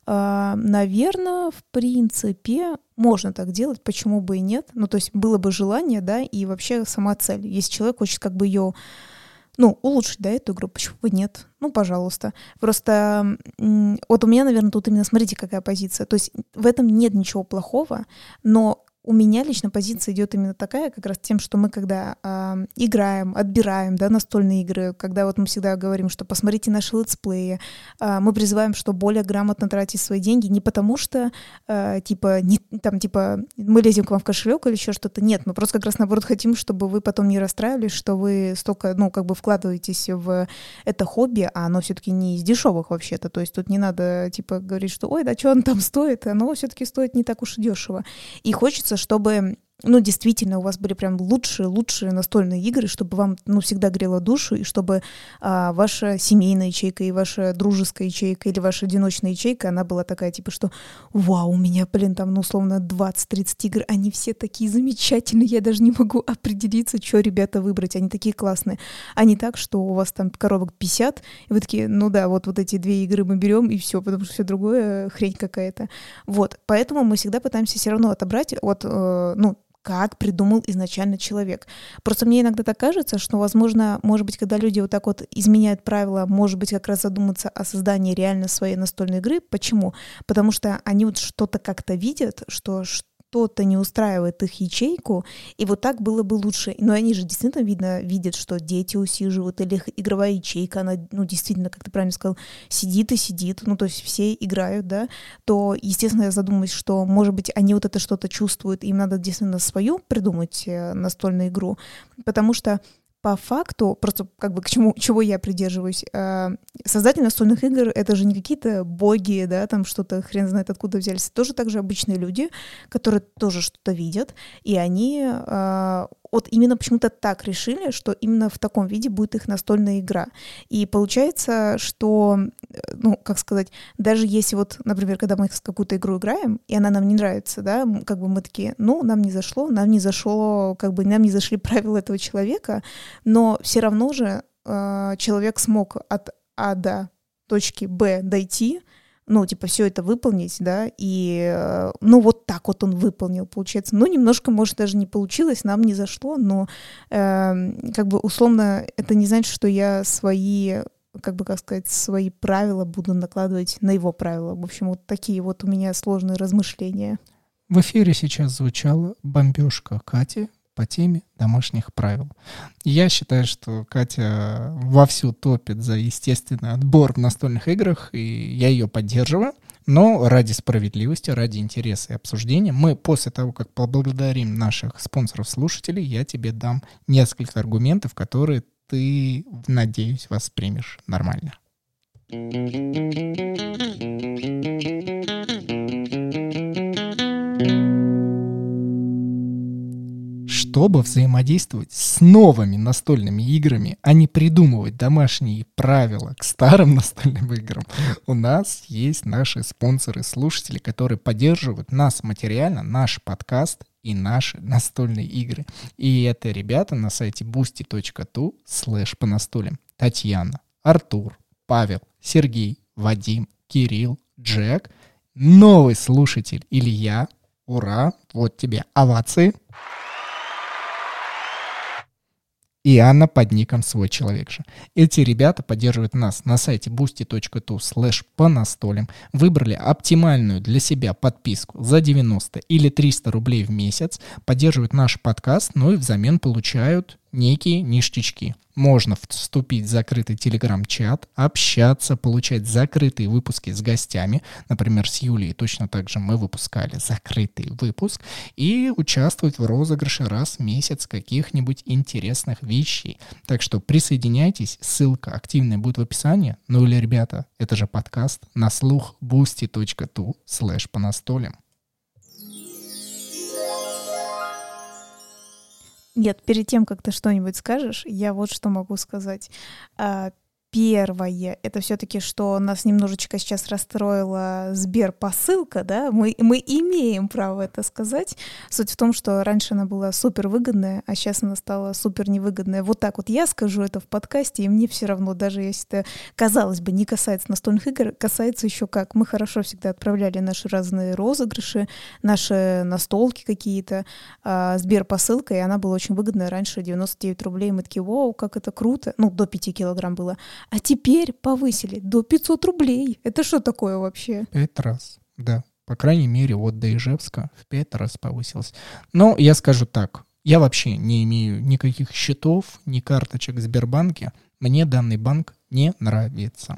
а, наверное, в принципе, В принципе, можно так делать, почему бы и нет. Ну, то есть было бы желание, да, и вообще сама цель. Если человек хочет как бы ее, ну, улучшить, да, эту игру, почему бы нет? Ну, пожалуйста. Просто м- вот у меня, наверное, тут именно, смотрите, какая позиция. То есть в этом нет ничего плохого, но у меня лично позиция идет именно такая, как раз тем, что мы когда э, играем, отбираем, да, настольные игры, когда вот мы всегда говорим, что посмотрите наши летсплеи, э, мы призываем, что более грамотно тратить свои деньги, не потому что, э, типа, не, там, типа, мы лезем к вам в кошелек или еще что-то, нет, мы просто как раз наоборот хотим, чтобы вы потом не расстраивались, что вы столько, ну, как бы вкладываетесь в это хобби, а оно все-таки не из дешевых вообще-то, то есть тут не надо, типа, говорить, что, ой, да что оно там стоит, оно все-таки стоит не так уж и дешево. И хочется, чтобы, ну, действительно, у вас были прям лучшие-лучшие настольные игры, чтобы вам, ну, всегда грело душу, и чтобы а, ваша семейная ячейка и ваша дружеская ячейка или ваша одиночная ячейка, она была такая, типа, что вау, у меня, блин, там, ну, условно, двадцать-тридцать игр, они все такие замечательные, я даже не могу определиться, что, ребята, выбрать, они такие классные. А не так, что у вас там коробок пятьдесят, и вы такие, ну да, вот, вот эти две игры мы берем, и все, потому что все другое хрень какая-то. Вот, поэтому мы всегда пытаемся все равно отобрать от, э, ну, как придумал изначально человек. Просто мне иногда так кажется, что, возможно, может быть, когда люди вот так вот изменяют правила, может быть, как раз задуматься о создании реально своей настольной игры. Почему? Потому что они вот что-то как-то видят, что что-то не устраивает их ячейку, и вот так было бы лучше. Но они же действительно видно, видят, что дети усиживают, или их игровая ячейка, она, ну, действительно, как ты правильно сказал, сидит и сидит, ну, то есть все играют, да, то, естественно, я задумаюсь, что, может быть, они вот это что-то чувствуют, им надо действительно свою придумать настольную игру, потому что по факту, просто как бы к чему, чего я придерживаюсь, э, создатели настольных игр — это же не какие-то боги, да, там что-то хрен знает откуда взялись, это тоже также обычные люди, которые тоже что-то видят, и они э, вот именно почему-то так решили, что именно в таком виде будет их настольная игра. И получается, что, ну, как сказать, даже если вот, например, когда мы в какую-то игру играем, и она нам не нравится, да, как бы мы такие, ну, нам не зашло, нам не зашло, как бы нам не зашли правила этого человека, но все равно же э, человек смог от А до точки Б дойти, ну, типа, все это выполнить, да, и, ну, вот так вот он выполнил, получается. Ну, немножко, может, даже не получилось, нам не зашло, но, э, как бы, условно, это не значит, что я свои, как бы, как сказать, свои правила буду накладывать на его правила. В общем, вот такие вот у меня сложные размышления. В эфире сейчас звучала бомбежка Кати по теме домашних правил. Я считаю, что Катя вовсю топит за естественный отбор в настольных играх, и я ее поддерживаю. Но ради справедливости, ради интереса и обсуждения, мы после того, как поблагодарим наших спонсоров-слушателей, я тебе дам несколько аргументов, которые ты, надеюсь, воспримешь нормально. Чтобы взаимодействовать с новыми настольными играми, а не придумывать домашние правила к старым настольным играм, у нас есть наши спонсоры-слушатели, которые поддерживают нас материально, наш подкаст и наши настольные игры. И это ребята на сайте boosty точка ту слэш по настолям. Татьяна, Артур, Павел, Сергей, Вадим, Кирилл, Джек, новый слушатель Илья. Ура! Вот тебе овации. И Анна под ником «Свой человек же». Эти ребята поддерживают нас на сайте boosty точка ту слэш по настолям. Выбрали оптимальную для себя подписку за девяносто или триста рублей в месяц, поддерживают наш подкаст, но и взамен получают некие ништячки. Можно вступить в закрытый телеграм-чат, общаться, получать закрытые выпуски с гостями. Например, с Юлией точно так же мы выпускали закрытый выпуск. И участвовать в розыгрыше раз в месяц каких-нибудь интересных вещей. Так что присоединяйтесь, ссылка активная будет в описании. Ну или, ребята, это же подкаст на слух boosty точка ту слэш по настолям. Нет, перед тем, как ты что-нибудь скажешь, я вот что могу сказать. Первое, это все-таки, что нас немножечко сейчас расстроила Сберпосылка, да, мы, мы имеем право это сказать. Суть в том, что раньше она была супер выгодная, а сейчас она стала супер невыгодная. Вот так вот я скажу это в подкасте, и мне все равно, даже если это, казалось бы, не касается настольных игр, касается еще как. Мы хорошо всегда отправляли наши разные розыгрыши, наши настолки какие-то, а Сберпосылка, и она была очень выгодная раньше, девяносто девять рублей. Мы такие, вау, как это круто. Ну, до пяти килограмм было. А теперь повысили до пятьсот рублей. Это что такое вообще? Пять раз, да. По крайней мере, вот до Ижевска в пять раз повысилось. Но я скажу так. Я вообще не имею никаких счетов, ни карточек в Сбербанке. Мне данный банк не нравится.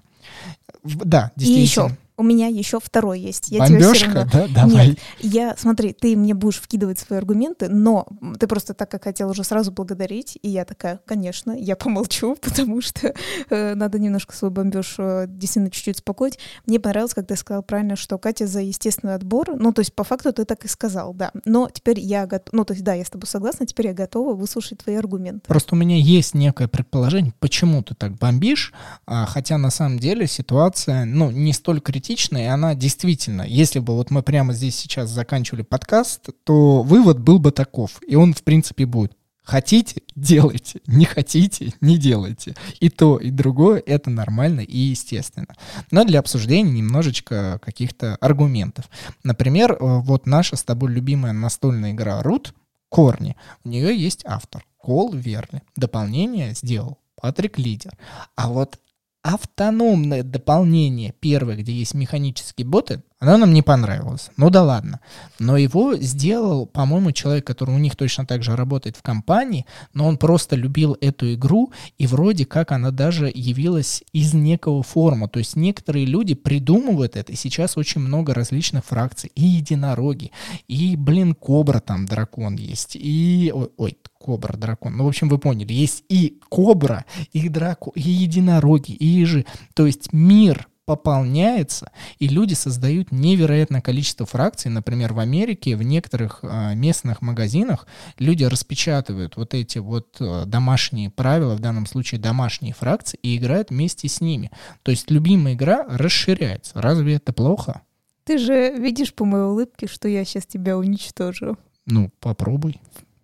Да, действительно. И еще. У меня еще второй есть. Я Бомбежка, равно... да? Давай. Нет, я, смотри, ты мне будешь вкидывать свои аргументы, но ты просто так, как хотела уже сразу благодарить, и я такая, конечно, я помолчу, потому что э, надо немножко свой бомбеж э, действительно чуть-чуть успокоить. Мне понравилось, как ты сказал правильно, что Катя за естественный отбор, ну, то есть по факту ты так и сказал, да. Но теперь я готова, ну, то есть да, я с тобой согласна, теперь я готова выслушать твои аргументы. Просто у меня есть некое предположение, почему ты так бомбишь, а, хотя на самом деле ситуация, ну, не столь критичная, и она действительно, если бы вот мы прямо здесь сейчас заканчивали подкаст, то вывод был бы таков, и он в принципе будет. Хотите — делайте, не хотите — не делайте. И то, и другое — это нормально и естественно. Но для обсуждения немножечко каких-то аргументов. Например, вот наша с тобой любимая настольная игра Root, Корни, у нее есть автор Кол Верли. Дополнение сделал Патрик Лидер. А вот автономное дополнение, первое, где есть механические боты, оно нам не понравилось. Ну да ладно. Но его сделал, по-моему, человек, который у них точно так же работает в компании, но он просто любил эту игру, и вроде как она даже явилась из некого форума. То есть некоторые люди придумывают это, и сейчас очень много различных фракций. И единороги, и, блин, кобра там, дракон есть, и... Ой, ой кобра, дракон. Ну, в общем, вы поняли. Есть и кобра, и дракон, и единороги, и ежи. То есть мир пополняется, и люди создают невероятное количество фракций. Например, в Америке в некоторых э, местных магазинах люди распечатывают вот эти вот э, домашние правила, в данном случае домашние фракции, и играют вместе с ними. То есть любимая игра расширяется. Разве это плохо? Ты же видишь по моей улыбке, что я сейчас тебя уничтожу. Ну, попробуй.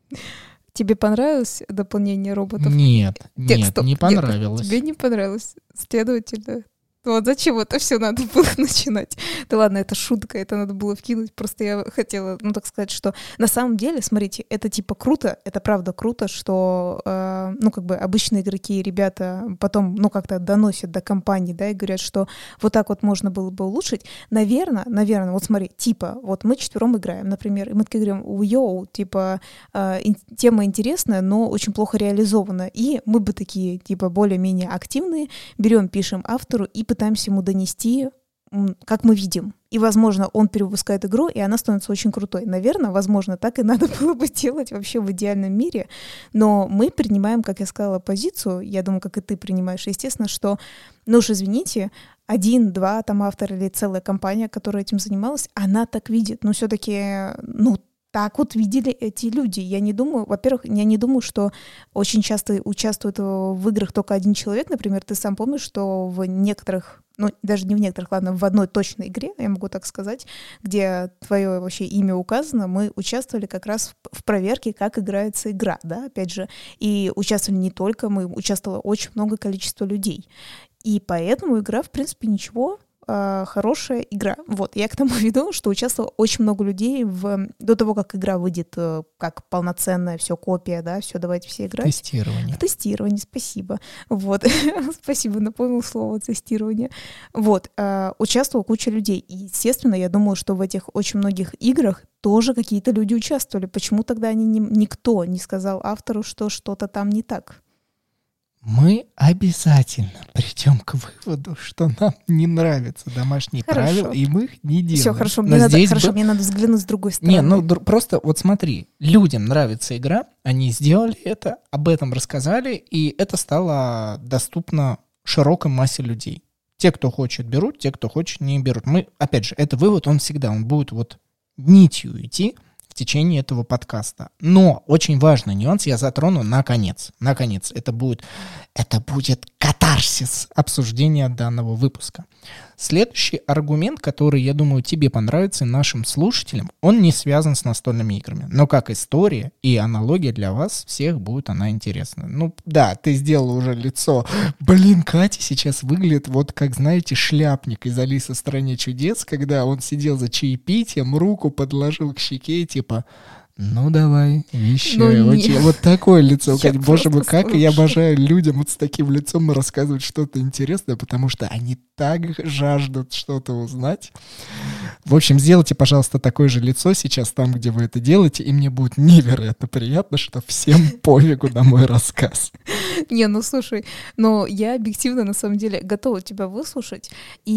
Тебе понравилось дополнение роботов? Нет, нет, нет, стоп, не понравилось. Нет, тебе не понравилось. Следовательно, Вот зачем это все надо было начинать? Да ладно, это шутка, это надо было вкинуть. Просто я хотела, ну, так сказать, что на самом деле, смотрите, это типа круто, это правда круто, что, э, ну, как бы обычные игроки и ребята потом, ну, как-то доносят до компании, да, и говорят, что вот так вот можно было бы улучшить. Наверное, наверное, вот смотри, типа, вот мы четвером играем, например, и мы такие говорим, йоу, типа, э, тема интересная, но очень плохо реализована. И мы бы такие, типа, более-менее активные, берем, пишем автору и пытаемся ему донести, как мы видим. И, возможно, он перевыпускает игру, и она становится очень крутой. Наверное, возможно, так и надо было бы делать вообще в идеальном мире. Но мы принимаем, как я сказала, позицию, я думаю, как и ты принимаешь, естественно, что, ну уж извините, один, два там автор или целая компания, которая этим занималась, она так видит. Но все-таки, ну, так вот видели эти люди. Я не думаю, во-первых, я не думаю, что очень часто участвует в играх только один человек. Например, ты сам помнишь, что в некоторых, ну, даже не в некоторых, ладно, в одной точной игре, я могу так сказать, где твое вообще имя указано, мы участвовали как раз в проверке, как играется игра, да, опять же. И участвовали не только мы, участвовало очень много количества людей. И поэтому игра, в принципе, ничего, хорошая игра. Вот, я к тому веду, что участвовало очень много людей в... до того, как игра выйдет как полноценная, все копия, да, все, давайте все играть. Тестирование. В тестировании, спасибо. Вот, спасибо, напомнил слово тестирование. Вот, участвовала куча людей. И, естественно, я думаю, что в этих очень многих играх тоже какие-то люди участвовали. Почему тогда они не... никто не сказал автору, что что-то там не так? Мы обязательно придем к выводу, что нам не нравятся домашние хорошо. правила, и мы их не делаем. Все, хорошо, мне, надо, хорошо бы... мне надо взглянуть с другой стороны. Не, ну просто вот смотри, людям нравится игра, они сделали это, об этом рассказали, и это стало доступно широкой массе людей. Те, кто хочет, берут, те, кто хочет, не берут. Мы, опять же, это вывод, он всегда, он будет вот нитью идти в течение этого подкаста. Но очень важный нюанс я затрону наконец. Наконец, это будет, это будет катарсис обсуждения данного выпуска. Следующий аргумент, который, я думаю, тебе понравится и нашим слушателям, он не связан с настольными играми. Но как история и аналогия для вас всех будет она интересна. Ну да, ты сделал уже лицо. Блин, Катя сейчас выглядит вот как, знаете, шляпник из «Алисы в стране чудес», когда он сидел за чаепитием, руку подложил к щеке, типа... Ну давай, вещай. Ну, вот, вот такое лицо. Кать, боже мой, как я обожаю людям вот с таким лицом рассказывать что-то интересное, потому что они так жаждут что-то узнать. В общем, сделайте, пожалуйста, такое же лицо сейчас там, где вы это делаете, и мне будет невероятно приятно, что всем пофигу на мой рассказ. Не, ну слушай, но я объективно, на самом деле, готова тебя выслушать.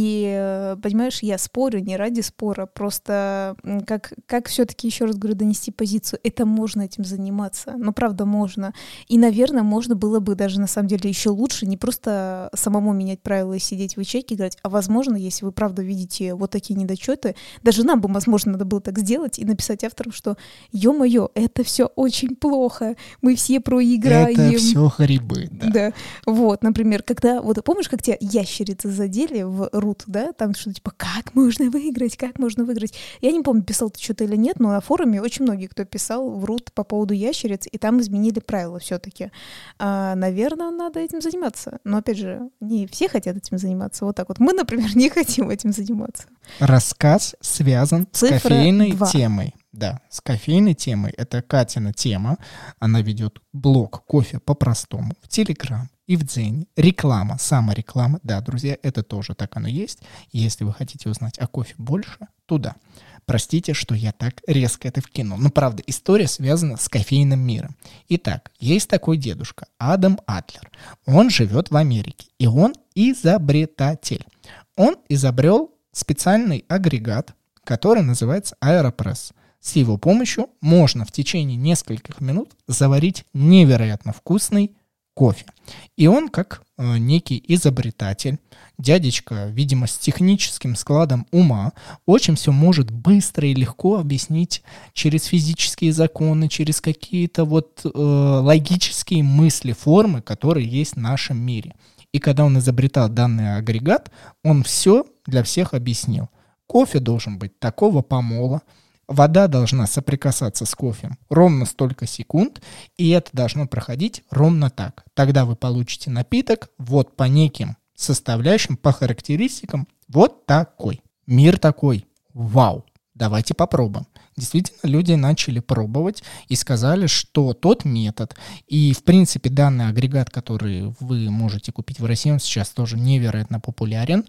И, понимаешь, я спорю не ради спора, просто как, как все-таки, еще раз говорю, донести позицию. Это можно этим заниматься. Ну, правда, можно. И, наверное, можно было бы даже, на самом деле, еще лучше не просто самому менять правила и сидеть в ячейке играть, а, возможно, если вы, правда, видите вот такие недочеты, даже нам бы, возможно, надо было так сделать и написать авторам, что, ё-моё, это все очень плохо, мы все проиграем. Это все грибы. Да. да. Вот, например, когда, вот помнишь, как тебя ящерицы задели в рут, да, там что-то типа, как можно выиграть, как можно выиграть. Я не помню, писал ты что-то или нет, но на форуме очень многие, кто писал в рут по поводу ящериц, и там изменили правила все-таки. А, наверное, надо этим заниматься. Но, опять же, не все хотят этим заниматься. Вот так вот. Мы, например, не хотим этим заниматься. Рассказ связан Цифра с кофейной два. темой. Да, с кофейной темой. Это Катина тема. Она ведет блог «Кофе по-простому» в Телеграм и в Дзене. Реклама, самореклама. Да, друзья, это тоже так оно есть. Если вы хотите узнать о кофе больше, туда. Простите, что я так резко это вкинул. Но, правда, история связана с кофейным миром. Итак, есть такой дедушка, Адам Адлер. Он живет в Америке, и он изобретатель. Он изобрел специальный агрегат, который называется аэропресс. С его помощью можно в течение нескольких минут заварить невероятно вкусный кофе. И он, как э, некий изобретатель, дядечка, видимо, с техническим складом ума, очень все может быстро и легко объяснить через физические законы, через какие-то вот э, логические мысли, формы, которые есть в нашем мире. И когда он изобретал данный агрегат, он все для всех объяснил. Кофе должен быть такого помола, вода должна соприкасаться с кофе ровно столько секунд, и это должно проходить ровно так. Тогда вы получите напиток вот по неким составляющим, по характеристикам вот такой. Мир такой. Вау, давайте попробуем. Действительно, люди начали пробовать и сказали, что тот метод и, в принципе, данный агрегат, который вы можете купить в России, он сейчас тоже невероятно популярен,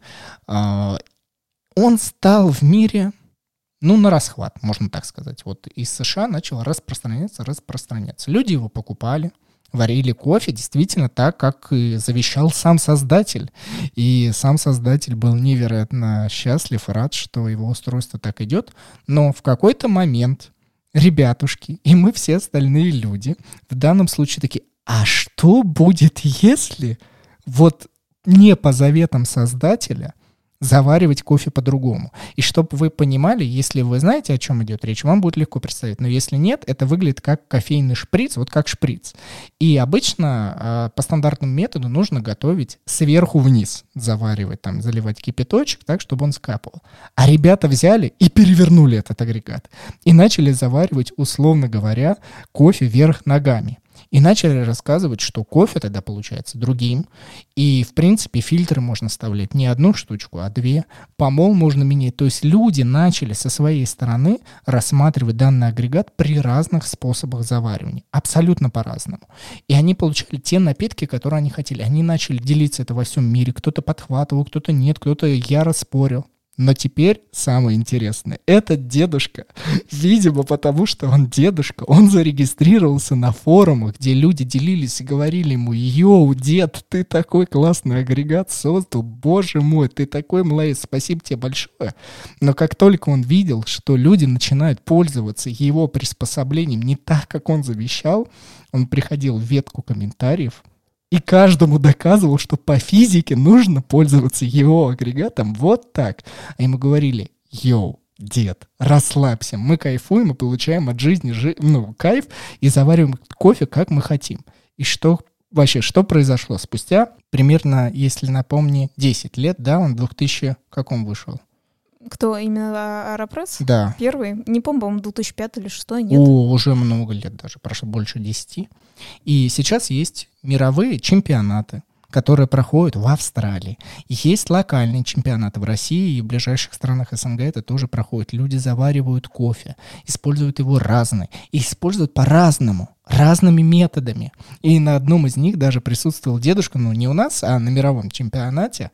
он стал в мире, ну, на расхват, можно так сказать. Вот из США начал распространяться, распространяться. Люди его покупали, варили кофе действительно так, как и завещал сам создатель. И сам создатель был невероятно счастлив и рад, что его устройство так идет. Но в какой-то момент ребятушки и мы все остальные люди в данном случае такие, а что будет, если вот не по заветам создателя заваривать кофе по-другому? И чтобы вы понимали, если вы знаете, о чем идет речь, вам будет легко представить. Но если нет, это выглядит как кофейный шприц, вот как шприц. И обычно э, по стандартному методу нужно готовить сверху вниз, заваривать, там, заливать кипяточек так, чтобы он скапывал. А ребята взяли и перевернули этот агрегат. И начали заваривать, условно говоря, кофе вверх ногами. И начали рассказывать, что кофе тогда получается другим. И, в принципе, фильтры можно вставлять не одну штучку, а две. Помол можно менять. То есть люди начали со своей стороны рассматривать данный агрегат при разных способах заваривания. Абсолютно по-разному. И они получали те напитки, которые они хотели. Они начали делиться это во всем мире. Кто-то подхватывал, кто-то нет, кто-то яро спорил. Но теперь самое интересное. Этот дедушка, видимо, потому что он дедушка, он зарегистрировался на форумах, где люди делились и говорили ему: «Йоу, дед, ты такой классный агрегат создал, боже мой, ты такой молодец, спасибо тебе большое». Но как только он видел, что люди начинают пользоваться его приспособлением не так, как он завещал, он приходил в ветку комментариев и каждому доказывал, что по физике нужно пользоваться его агрегатом вот так. А ему говорили: «Йоу, дед, расслабься, мы кайфуем и получаем от жизни жи- ну, кайф и завариваем кофе, как мы хотим». И что вообще, что произошло? Спустя примерно, если напомни, десять лет, да, он в двухтысячном каком вышел? Кто именно Аэропресс? Да. Первый? Не помню, по-моему, две тысячи пятый или шестой, нет? О, уже много лет даже, прошло больше десяти. И сейчас есть мировые чемпионаты, которые проходят в Австралии. И есть локальные чемпионаты в России и в ближайших странах СНГ это тоже проходит. Люди заваривают кофе, используют его разный, и используют по-разному, разными методами. И на одном из них даже присутствовал дедушка, ну не у нас, а на мировом чемпионате.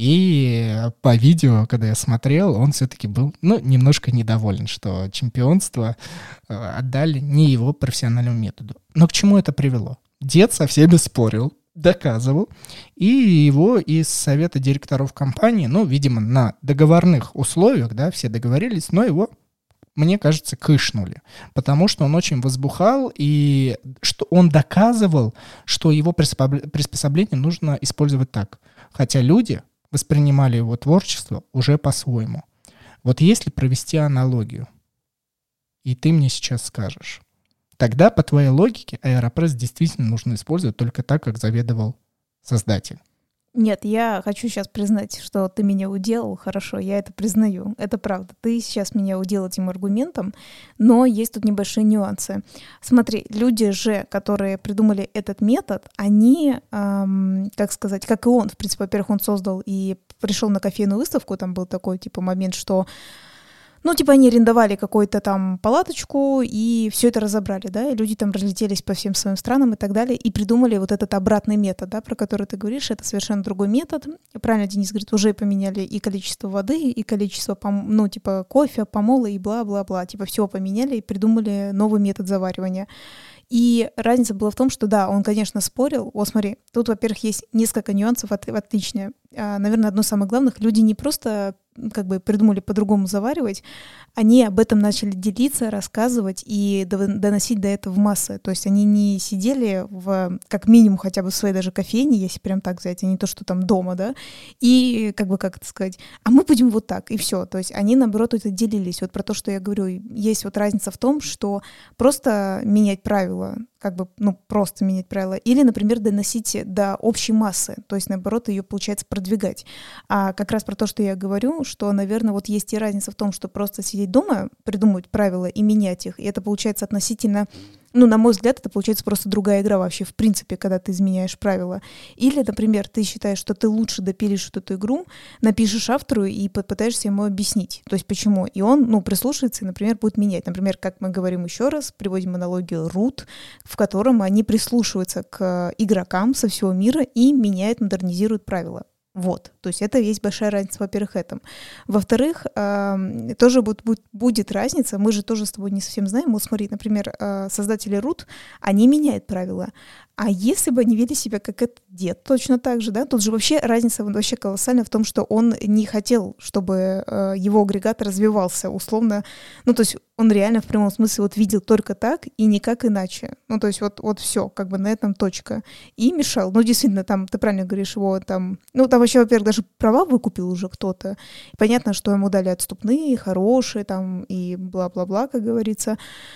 И по видео, когда я смотрел, он все-таки был, ну, немножко недоволен, что чемпионство отдали не его профессиональному методу. Но к чему это привело? Дед со всеми спорил, доказывал, и его из совета директоров компании, ну, видимо, на договорных условиях, да, все договорились, но его, мне кажется, кышнули, потому что он очень возбухал, и что он доказывал, что его приспособление нужно использовать так, хотя люди воспринимали его творчество уже по-своему. Вот если провести аналогию, и ты мне сейчас скажешь, тогда, по твоей логике, Аэропресс действительно нужно использовать только так, как заведовал создатель. Нет, я хочу сейчас признать, что ты меня уделал, хорошо, я это признаю, это правда. Ты сейчас меня уделал этим аргументом, но есть тут небольшие нюансы. Смотри, люди же, которые придумали этот метод, они, эм, как сказать, как и он, в принципе, во-первых, он создал и пришел на кофейную выставку, там был такой, типа, момент, что ну, типа, они арендовали какую-то там палаточку и все это разобрали, да, и люди там разлетелись по всем своим странам и так далее, и придумали вот этот обратный метод, да, про который ты говоришь, это совершенно другой метод. И правильно Денис говорит, уже поменяли и количество воды, и количество, пом- ну, типа, кофе, помола и бла-бла-бла, типа, все поменяли и придумали новый метод заваривания. И разница была в том, что да, он, конечно, спорил. Вот смотри, тут, во-первых, есть несколько нюансов от, отличные. А, наверное, одно из самых главных, люди не просто как бы придумали по-другому заваривать, они об этом начали делиться, рассказывать и доносить до этого в массы. То есть они не сидели в, как минимум, хотя бы в своей даже кофейне, если прям так взять, а не то, что там дома, да, и как бы, как это сказать, а мы будем вот так, и все. То есть они, наоборот, это делились. Вот про то, что я говорю, есть вот разница в том, что просто менять правила, как бы, ну, просто менять правила, или, например, доносить до общей массы, то есть, наоборот, ее, получается, продвигать. А как раз про то, что я говорю, что, наверное, вот есть и разница в том, что просто сидеть дома, придумывать правила и менять их, и это, получается, относительно Ну, на мой взгляд, это получается просто другая игра вообще, в принципе, когда ты изменяешь правила. Или, например, ты считаешь, что ты лучше допилишь вот эту игру, напишешь автору и попытаешься ему объяснить, то есть почему. И он, ну, прислушается и, например, будет менять. Например, как мы говорим еще раз, приводим аналогию Root, в котором они прислушиваются к игрокам со всего мира и меняют, модернизируют правила. Вот, то есть это есть большая разница, во-первых, этом. Во-вторых, э, тоже будет, будет, будет разница, мы же тоже с тобой не совсем знаем. Вот смотри, например, э, создатели Root, они меняют правила. А если бы они вели себя как этот дед, точно так же, да, тут же вообще разница вообще колоссальная в том, что он не хотел, чтобы э, его агрегат развивался условно, ну, то есть он реально в прямом смысле вот видел только так и никак иначе. Ну, то есть вот, вот все, как бы на этом точка. И мешал. Ну, действительно, там, ты правильно говоришь, его там, ну, там вообще, во-первых, даже права выкупил уже кто-то. И понятно, что ему дали отступные, хорошие, там, и бла-бла-бла, как говорится.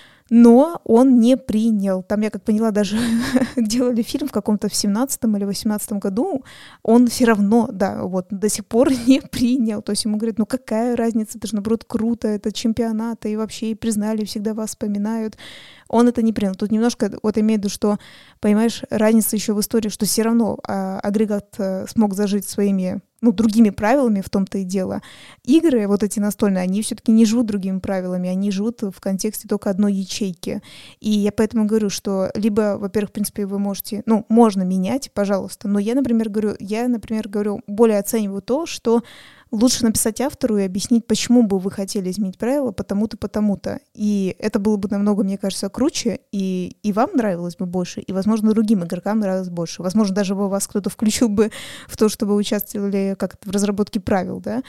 Но он не принял. Там, я как поняла, даже делали фильм в каком-то в семнадцатом или восемнадцатом году. Он все равно, да, вот до сих пор не принял. То есть ему говорят, ну какая разница, это же, наоборот, круто, это чемпионат, и вообще и признали, всегда вас вспоминают. Он это не принял. Тут немножко, вот имею в виду, что, понимаешь, разница еще в истории, что все равно а, агрегат а, смог зажить своими, ну, другими правилами, в том-то и дело. Игры, вот эти настольные, они все-таки не живут другими правилами, они живут в контексте только одной ячейки. И я поэтому говорю, что либо, во-первых, в принципе, вы можете, ну, можно менять, пожалуйста, но я, например, говорю, я, например, говорю, более оцениваю то, что лучше написать автору и объяснить, почему бы вы хотели изменить правила, потому-то, потому-то. И это было бы намного, мне кажется, круче, и, и вам нравилось бы больше, и, возможно, другим игрокам нравилось больше. Возможно, даже бы вас кто-то включил бы в то, чтобы вы участвовали как-то в разработке правил, да.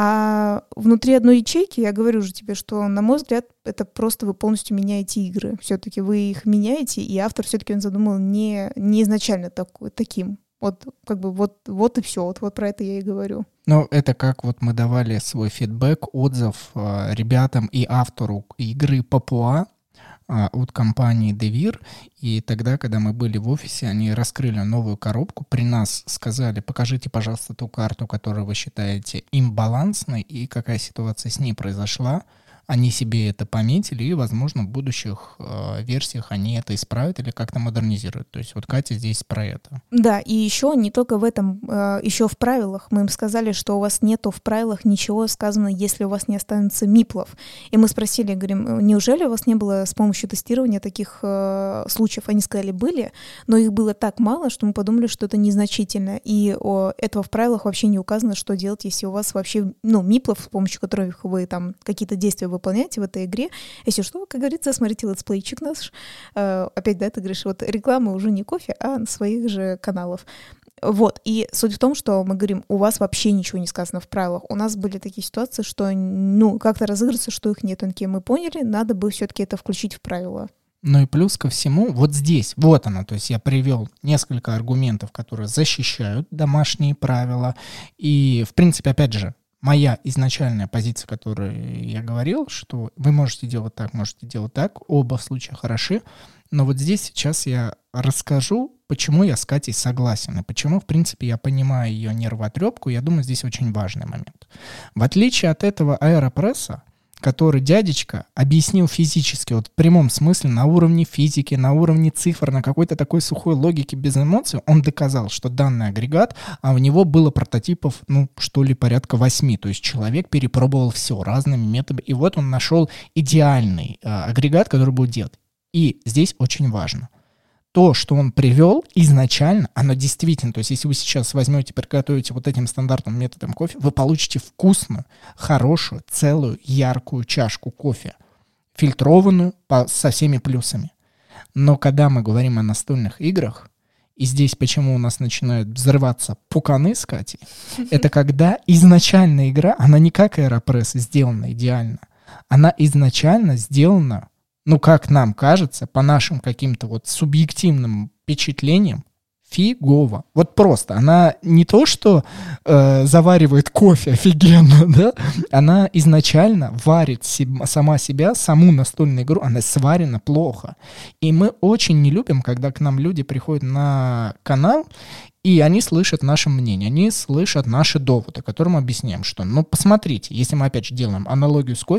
А внутри одной ячейки, я говорю же тебе, что, на мой взгляд, это просто вы полностью меняете игры. Все-таки вы их меняете, и автор все-таки он задумал не, не изначально такой, таким. Вот как бы вот, вот и все, вот, вот про это я и говорю. Ну, это как вот мы давали свой фидбэк, отзыв э, ребятам и автору игры Папуа э, от компании Devir. И тогда, когда мы были в офисе, они раскрыли новую коробку, при нас сказали, покажите, пожалуйста, ту карту, которую вы считаете имбалансной, и какая ситуация с ней произошла. Они себе это пометили, и, возможно, в будущих э, версиях они это исправят или как-то модернизируют. То есть вот Катя здесь про это. Да, и еще не только в этом, э, еще в правилах. Мы им сказали, что у вас нету в правилах ничего сказано, если у вас не останется миплов. И мы спросили, говорим, неужели у вас не было с помощью тестирования таких э, случаев? Они сказали, были, но их было так мало, что мы подумали, что это незначительно. И о, этого в правилах вообще не указано, что делать, если у вас вообще, ну, миплов, с помощью которых вы там какие-то действия выполняете в этой игре. Если что, как говорится, смотрите летсплейчик наш. Э, опять, да, ты говоришь, вот реклама уже не кофе, а своих же каналов. Вот, и суть в том, что мы говорим, у вас вообще ничего не сказано в правилах. У нас были такие ситуации, что, ну, как-то разыгрывается, что их нет. Мы поняли, надо бы все-таки это включить в правила. Ну и плюс ко всему, вот здесь, вот оно, то есть я привел несколько аргументов, которые защищают домашние правила. И, в принципе, опять же, моя изначальная позиция, которую я говорил, что вы можете делать так, можете делать так, оба случая хороши, но вот здесь сейчас я расскажу, почему я с Катей согласен, и почему, в принципе, я понимаю ее нервотрепку, я думаю, здесь очень важный момент. В отличие от этого аэропресса, который дядечка объяснил физически, вот в прямом смысле, на уровне физики, на уровне цифр, на какой-то такой сухой логике без эмоций, он доказал, что данный агрегат, а у него было прототипов, ну, что ли, порядка восьми, то есть человек перепробовал все разными методами, и вот он нашел идеальный э, агрегат, который будет делать. И здесь очень важно. То, что он привел изначально, оно действительно, то есть если вы сейчас возьмете, приготовите вот этим стандартным методом кофе, вы получите вкусную, хорошую, целую, яркую чашку кофе, фильтрованную по, со всеми плюсами. Но когда мы говорим о настольных играх, и здесь почему у нас начинают взрываться пуканы с Катей, это когда изначальная игра, она не как Аэропресс сделана идеально, она изначально сделана, ну, как нам кажется, по нашим каким-то вот субъективным впечатлениям, фигово. Вот просто. Она не то, что э, заваривает кофе офигенно, да, она изначально варит себ- сама себя, саму настольную игру, она сварена плохо. И мы очень не любим, когда к нам люди приходят на канал, и они слышат наше мнение, они слышат наши доводы, которым мы объясняем, что, ну, посмотрите, если мы опять же делаем аналогию с кофе,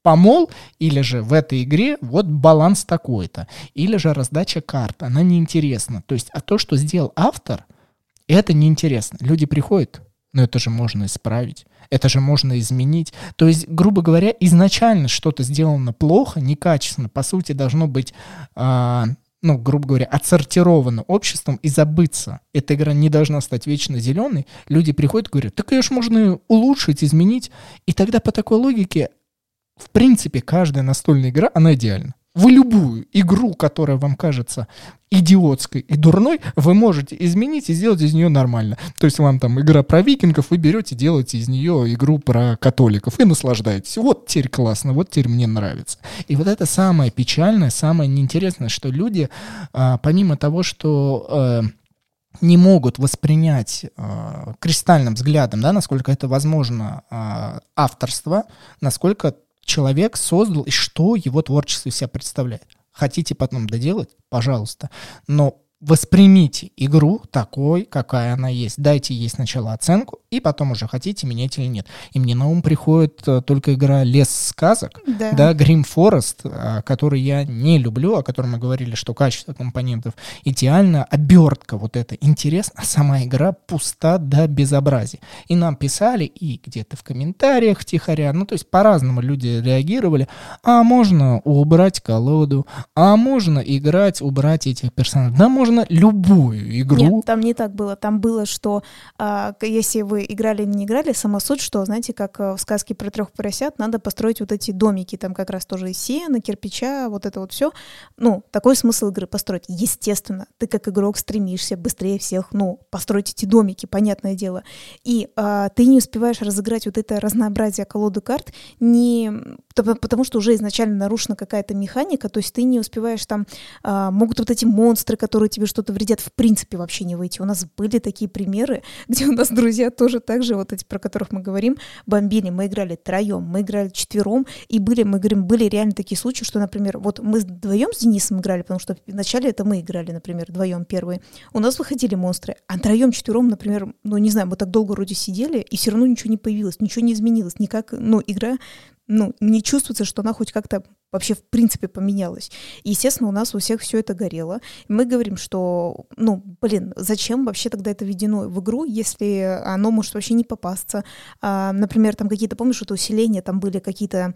помол, или же в этой игре вот баланс такой-то, или же раздача карт, она неинтересна. То есть, а то, что сделал автор, это неинтересно. Люди приходят, но это же можно исправить, это же можно изменить. То есть, грубо говоря, изначально что-то сделано плохо, некачественно, по сути, должно быть, э, ну, грубо говоря, отсортировано обществом и забыться. Эта игра не должна стать вечно зеленой. Люди приходят и говорят, так ее ж можно улучшить, изменить. И тогда по такой логике, в принципе, каждая настольная игра, она идеальна. Вы любую игру, которая вам кажется идиотской и дурной, вы можете изменить и сделать из нее нормально. То есть вам там игра про викингов, вы берете, делаете из нее игру про католиков и наслаждаетесь. Вот теперь классно, вот теперь мне нравится. И вот это самое печальное, самое неинтересное, что люди, а, помимо того, что а, не могут воспринять а, кристальным взглядом, да, насколько это возможно, а, авторство, насколько человек создал и что его творчество из себя представляет. Хотите потом доделать? Пожалуйста. Но воспримите игру такой, какая она есть. Дайте ей сначала оценку, и потом уже хотите менять или нет. И мне на ум приходит uh, только игра «Лес сказок», да, да, Grim Forest, uh, который я не люблю, о котором мы говорили, что качество компонентов идеально, обертка вот эта интересна, а сама игра пуста до безобразия. И нам писали, и где-то в комментариях втихаря, ну то есть по-разному люди реагировали, а можно убрать колоду, а можно играть, убрать этих персонажей, да можно любую игру. Нет, там не так было. Там было, что а, если вы играли или не играли, сама суть, что, знаете, как в сказке про трех поросят, надо построить вот эти домики, там как раз тоже из сена, кирпича, вот это вот все. Ну, такой смысл игры построить. Естественно, ты как игрок стремишься быстрее всех, ну, построить эти домики, понятное дело. И а, ты не успеваешь разыграть вот это разнообразие колоды карт, не... потому что уже изначально нарушена какая-то механика, то есть ты не успеваешь там, а, могут вот эти монстры, которые тебе что-то вредят, в принципе вообще не выйти. У нас были такие примеры, где у нас друзья тоже так же, вот эти, про которых мы говорим, бомбили. Мы играли троем, мы играли четвером, и были, мы говорим, были реально такие случаи, что, например, вот мы вдвоем с Денисом играли, потому что вначале это мы играли, например, вдвоем первые. У нас выходили монстры, а троем, четвером, например, ну не знаю, мы так долго вроде сидели, и все равно ничего не появилось, ничего не изменилось, никак, ну игра, ну не чувствуется, что она хоть как-то вообще в принципе поменялась. И, естественно, у нас у всех все это горело. И мы говорим, что, ну, блин, зачем вообще тогда это введено в игру, если оно может вообще не попасться. А, например, там какие-то, помнишь, это усиления, там были какие-то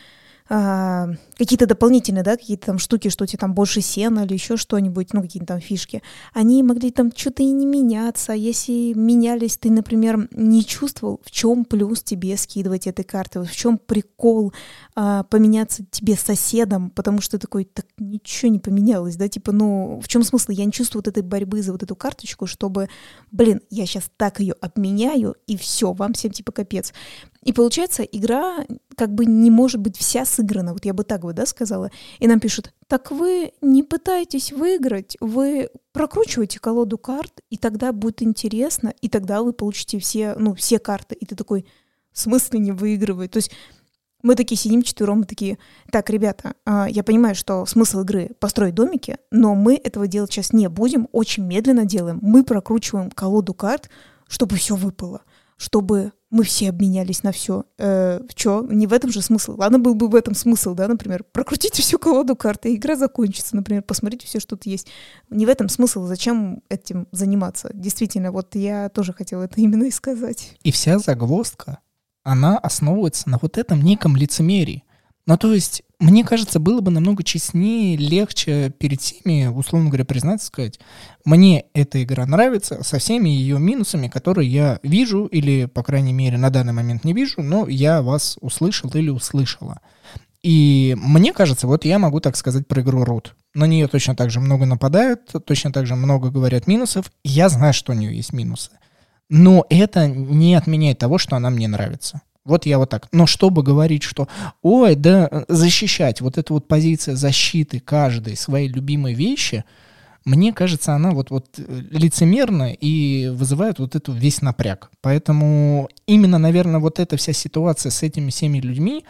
а, какие-то дополнительные, да, какие-то там штуки, что у тебя там больше сена или еще что-нибудь, ну, какие-то там фишки, они могли там что-то и не меняться. Если менялись, ты, например, не чувствовал, в чем плюс тебе скидывать этой карты, в чем прикол а, поменяться тебе соседом, потому что ты такой, так ничего не поменялось, да, типа, ну, в чем смысл? Я не чувствую вот этой борьбы за вот эту карточку, чтобы, блин, я сейчас так ее обменяю, и все, вам всем типа капец. И получается, игра как бы не может быть вся сыграна, вот я бы так вот, да, сказала. И нам пишут, так вы не пытаетесь выиграть, вы прокручиваете колоду карт, и тогда будет интересно, и тогда вы получите все, ну, все карты. И ты такой, в смысле не выигрывает? То есть мы такие сидим четвером, мы такие, так, ребята, я понимаю, что смысл игры построить домики, но мы этого делать сейчас не будем, очень медленно делаем. Мы прокручиваем колоду карт, чтобы все выпало, чтобы мы все обменялись на все. Э, чё? Не в этом же смысл. Ладно, был бы в этом смысл, да, например. Прокрутите всю колоду карт, и игра закончится, например. Посмотрите все, что тут есть. Не в этом смысл. Зачем этим заниматься? Действительно, вот я тоже хотела это именно и сказать. И вся загвоздка, она основывается на вот этом неком лицемерии. Ну, то есть, мне кажется, было бы намного честнее, легче перед всеми, условно говоря, признаться, сказать, мне эта игра нравится со всеми ее минусами, которые я вижу или, по крайней мере, на данный момент не вижу, но я вас услышал или услышала. И мне кажется, вот я могу так сказать про игру Root. На нее точно так же много нападают, точно так же много говорят минусов, и я знаю, что у нее есть минусы. Но это не отменяет того, что она мне нравится. Вот я вот так. Но чтобы говорить, что, ой, да, защищать, вот эта вот позиция защиты каждой своей любимой вещи, мне кажется, она вот, вот лицемерна и вызывает вот эту весь напряг. Поэтому именно, наверное, вот эта вся ситуация с этими всеми людьми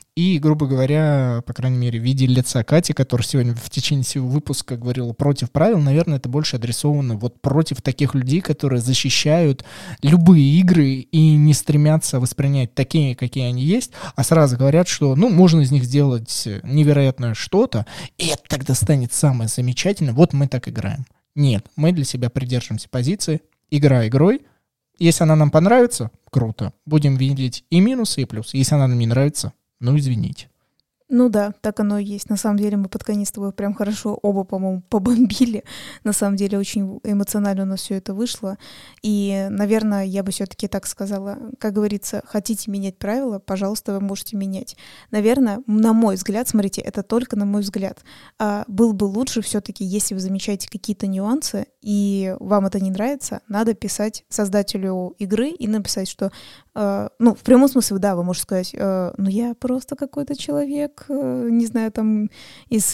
И, грубо говоря, по крайней мере, в виде лица Кати, которая сегодня в течение всего выпуска говорила против правил, наверное, это больше адресовано вот против таких людей, которые защищают любые игры и не стремятся воспринять такие, какие они есть, а сразу говорят, что, ну, можно из них сделать невероятное что-то, и это тогда станет самое замечательное. Вот мы так играем. Нет, мы для себя придерживаемся позиции игра игрой. Если она нам понравится, круто. Будем видеть и минусы, и плюсы. Если она нам не нравится, ну, извините. Ну да, так оно и есть. На самом деле мы под конец с тобой прям хорошо оба, по-моему, побомбили. На самом деле очень эмоционально у нас все это вышло. И, наверное, я бы все-таки так сказала, как говорится, хотите менять правила, пожалуйста, вы можете менять. Наверное, на мой взгляд, смотрите, это только на мой взгляд, а, был бы лучше все-таки, если вы замечаете какие-то нюансы, и вам это не нравится, надо писать создателю игры и написать, что, э, ну, в прямом смысле, да, вы можете сказать, э, ну, я просто какой-то человек, э, не знаю, там, из,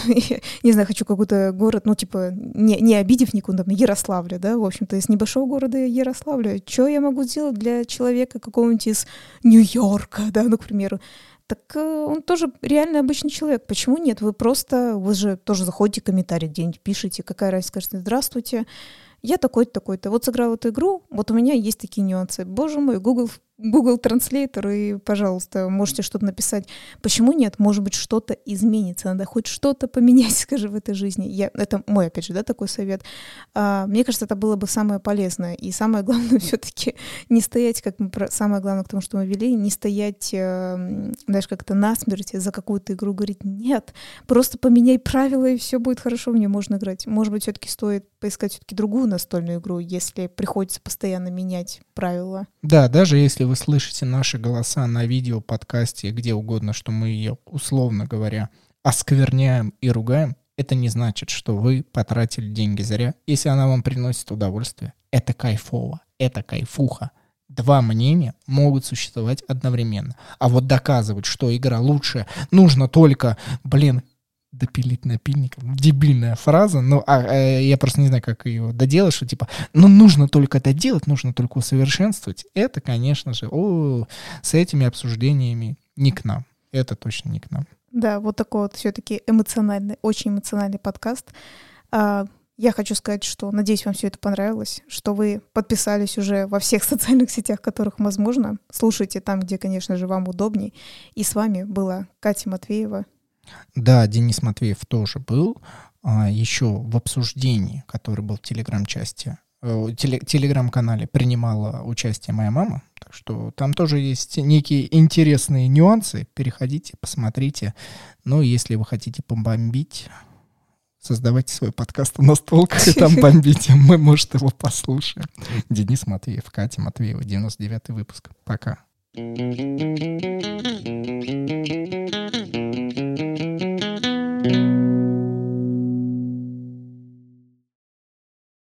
не знаю, хочу какой-то город, ну, типа, не, не обидев никуда, там, Ярославля, да, в общем-то, из небольшого города Ярославля. Что я могу сделать для человека какого-нибудь из Нью-Йорка, да, ну, к примеру? Так э, он тоже реально обычный человек. Почему нет? Вы просто, вы же тоже заходите в комментарии где-нибудь, пишите, какая разница, скажете, здравствуйте, я такой-то, такой-то. Вот сыграл эту игру, вот у меня есть такие нюансы. Боже мой, Google, Google Translator, и, пожалуйста, можете что-то написать. Почему нет? Может быть, что-то изменится. Надо хоть что-то поменять, скажи, в этой жизни. Я, это мой, опять же, да, такой совет. А, мне кажется, это было бы самое полезное. И самое главное все-таки не стоять, как мы, самое главное к тому, что мы вели, не стоять, э, знаешь, как-то насмерть за какую-то игру, говорить, нет, просто поменяй правила, и все будет хорошо, в нее можно играть. Может быть, все-таки стоит поискать все-таки другую настольную игру, если приходится постоянно менять правила. Да, даже если вы слышите наши голоса на видео, подкасте, где угодно, что мы ее, условно говоря, оскверняем и ругаем, это не значит, что вы потратили деньги зря. Если она вам приносит удовольствие, это кайфово, это кайфуха. Два мнения могут существовать одновременно. А вот доказывать, что игра лучшая, нужно только, блин, допилить напильником. Дебильная фраза, но а, а, я просто не знаю, как ее доделать, что типа, ну нужно только это делать, нужно только усовершенствовать. Это, конечно же, о, с этими обсуждениями не к нам. Это точно не к нам. Да, вот такой вот все-таки эмоциональный, очень эмоциональный подкаст. А, я хочу сказать, что надеюсь, вам все это понравилось, что вы подписались уже во всех социальных сетях, которых возможно. Слушайте там, где, конечно же, вам удобней. И с вами была Катя Матвеева. Да, Денис Матвеев тоже был. А, еще в обсуждении, который был в телеграм-части, в телеграм-канале принимала участие моя мама. Так что там тоже есть некие интересные нюансы. Переходите, посмотрите. Ну, если вы хотите побомбить, создавайте свой подкаст у нас толк, и там бомбите. Мы, может, его послушаем. Денис Матвеев, Катя Матвеева, девяносто девятый выпуск. Пока.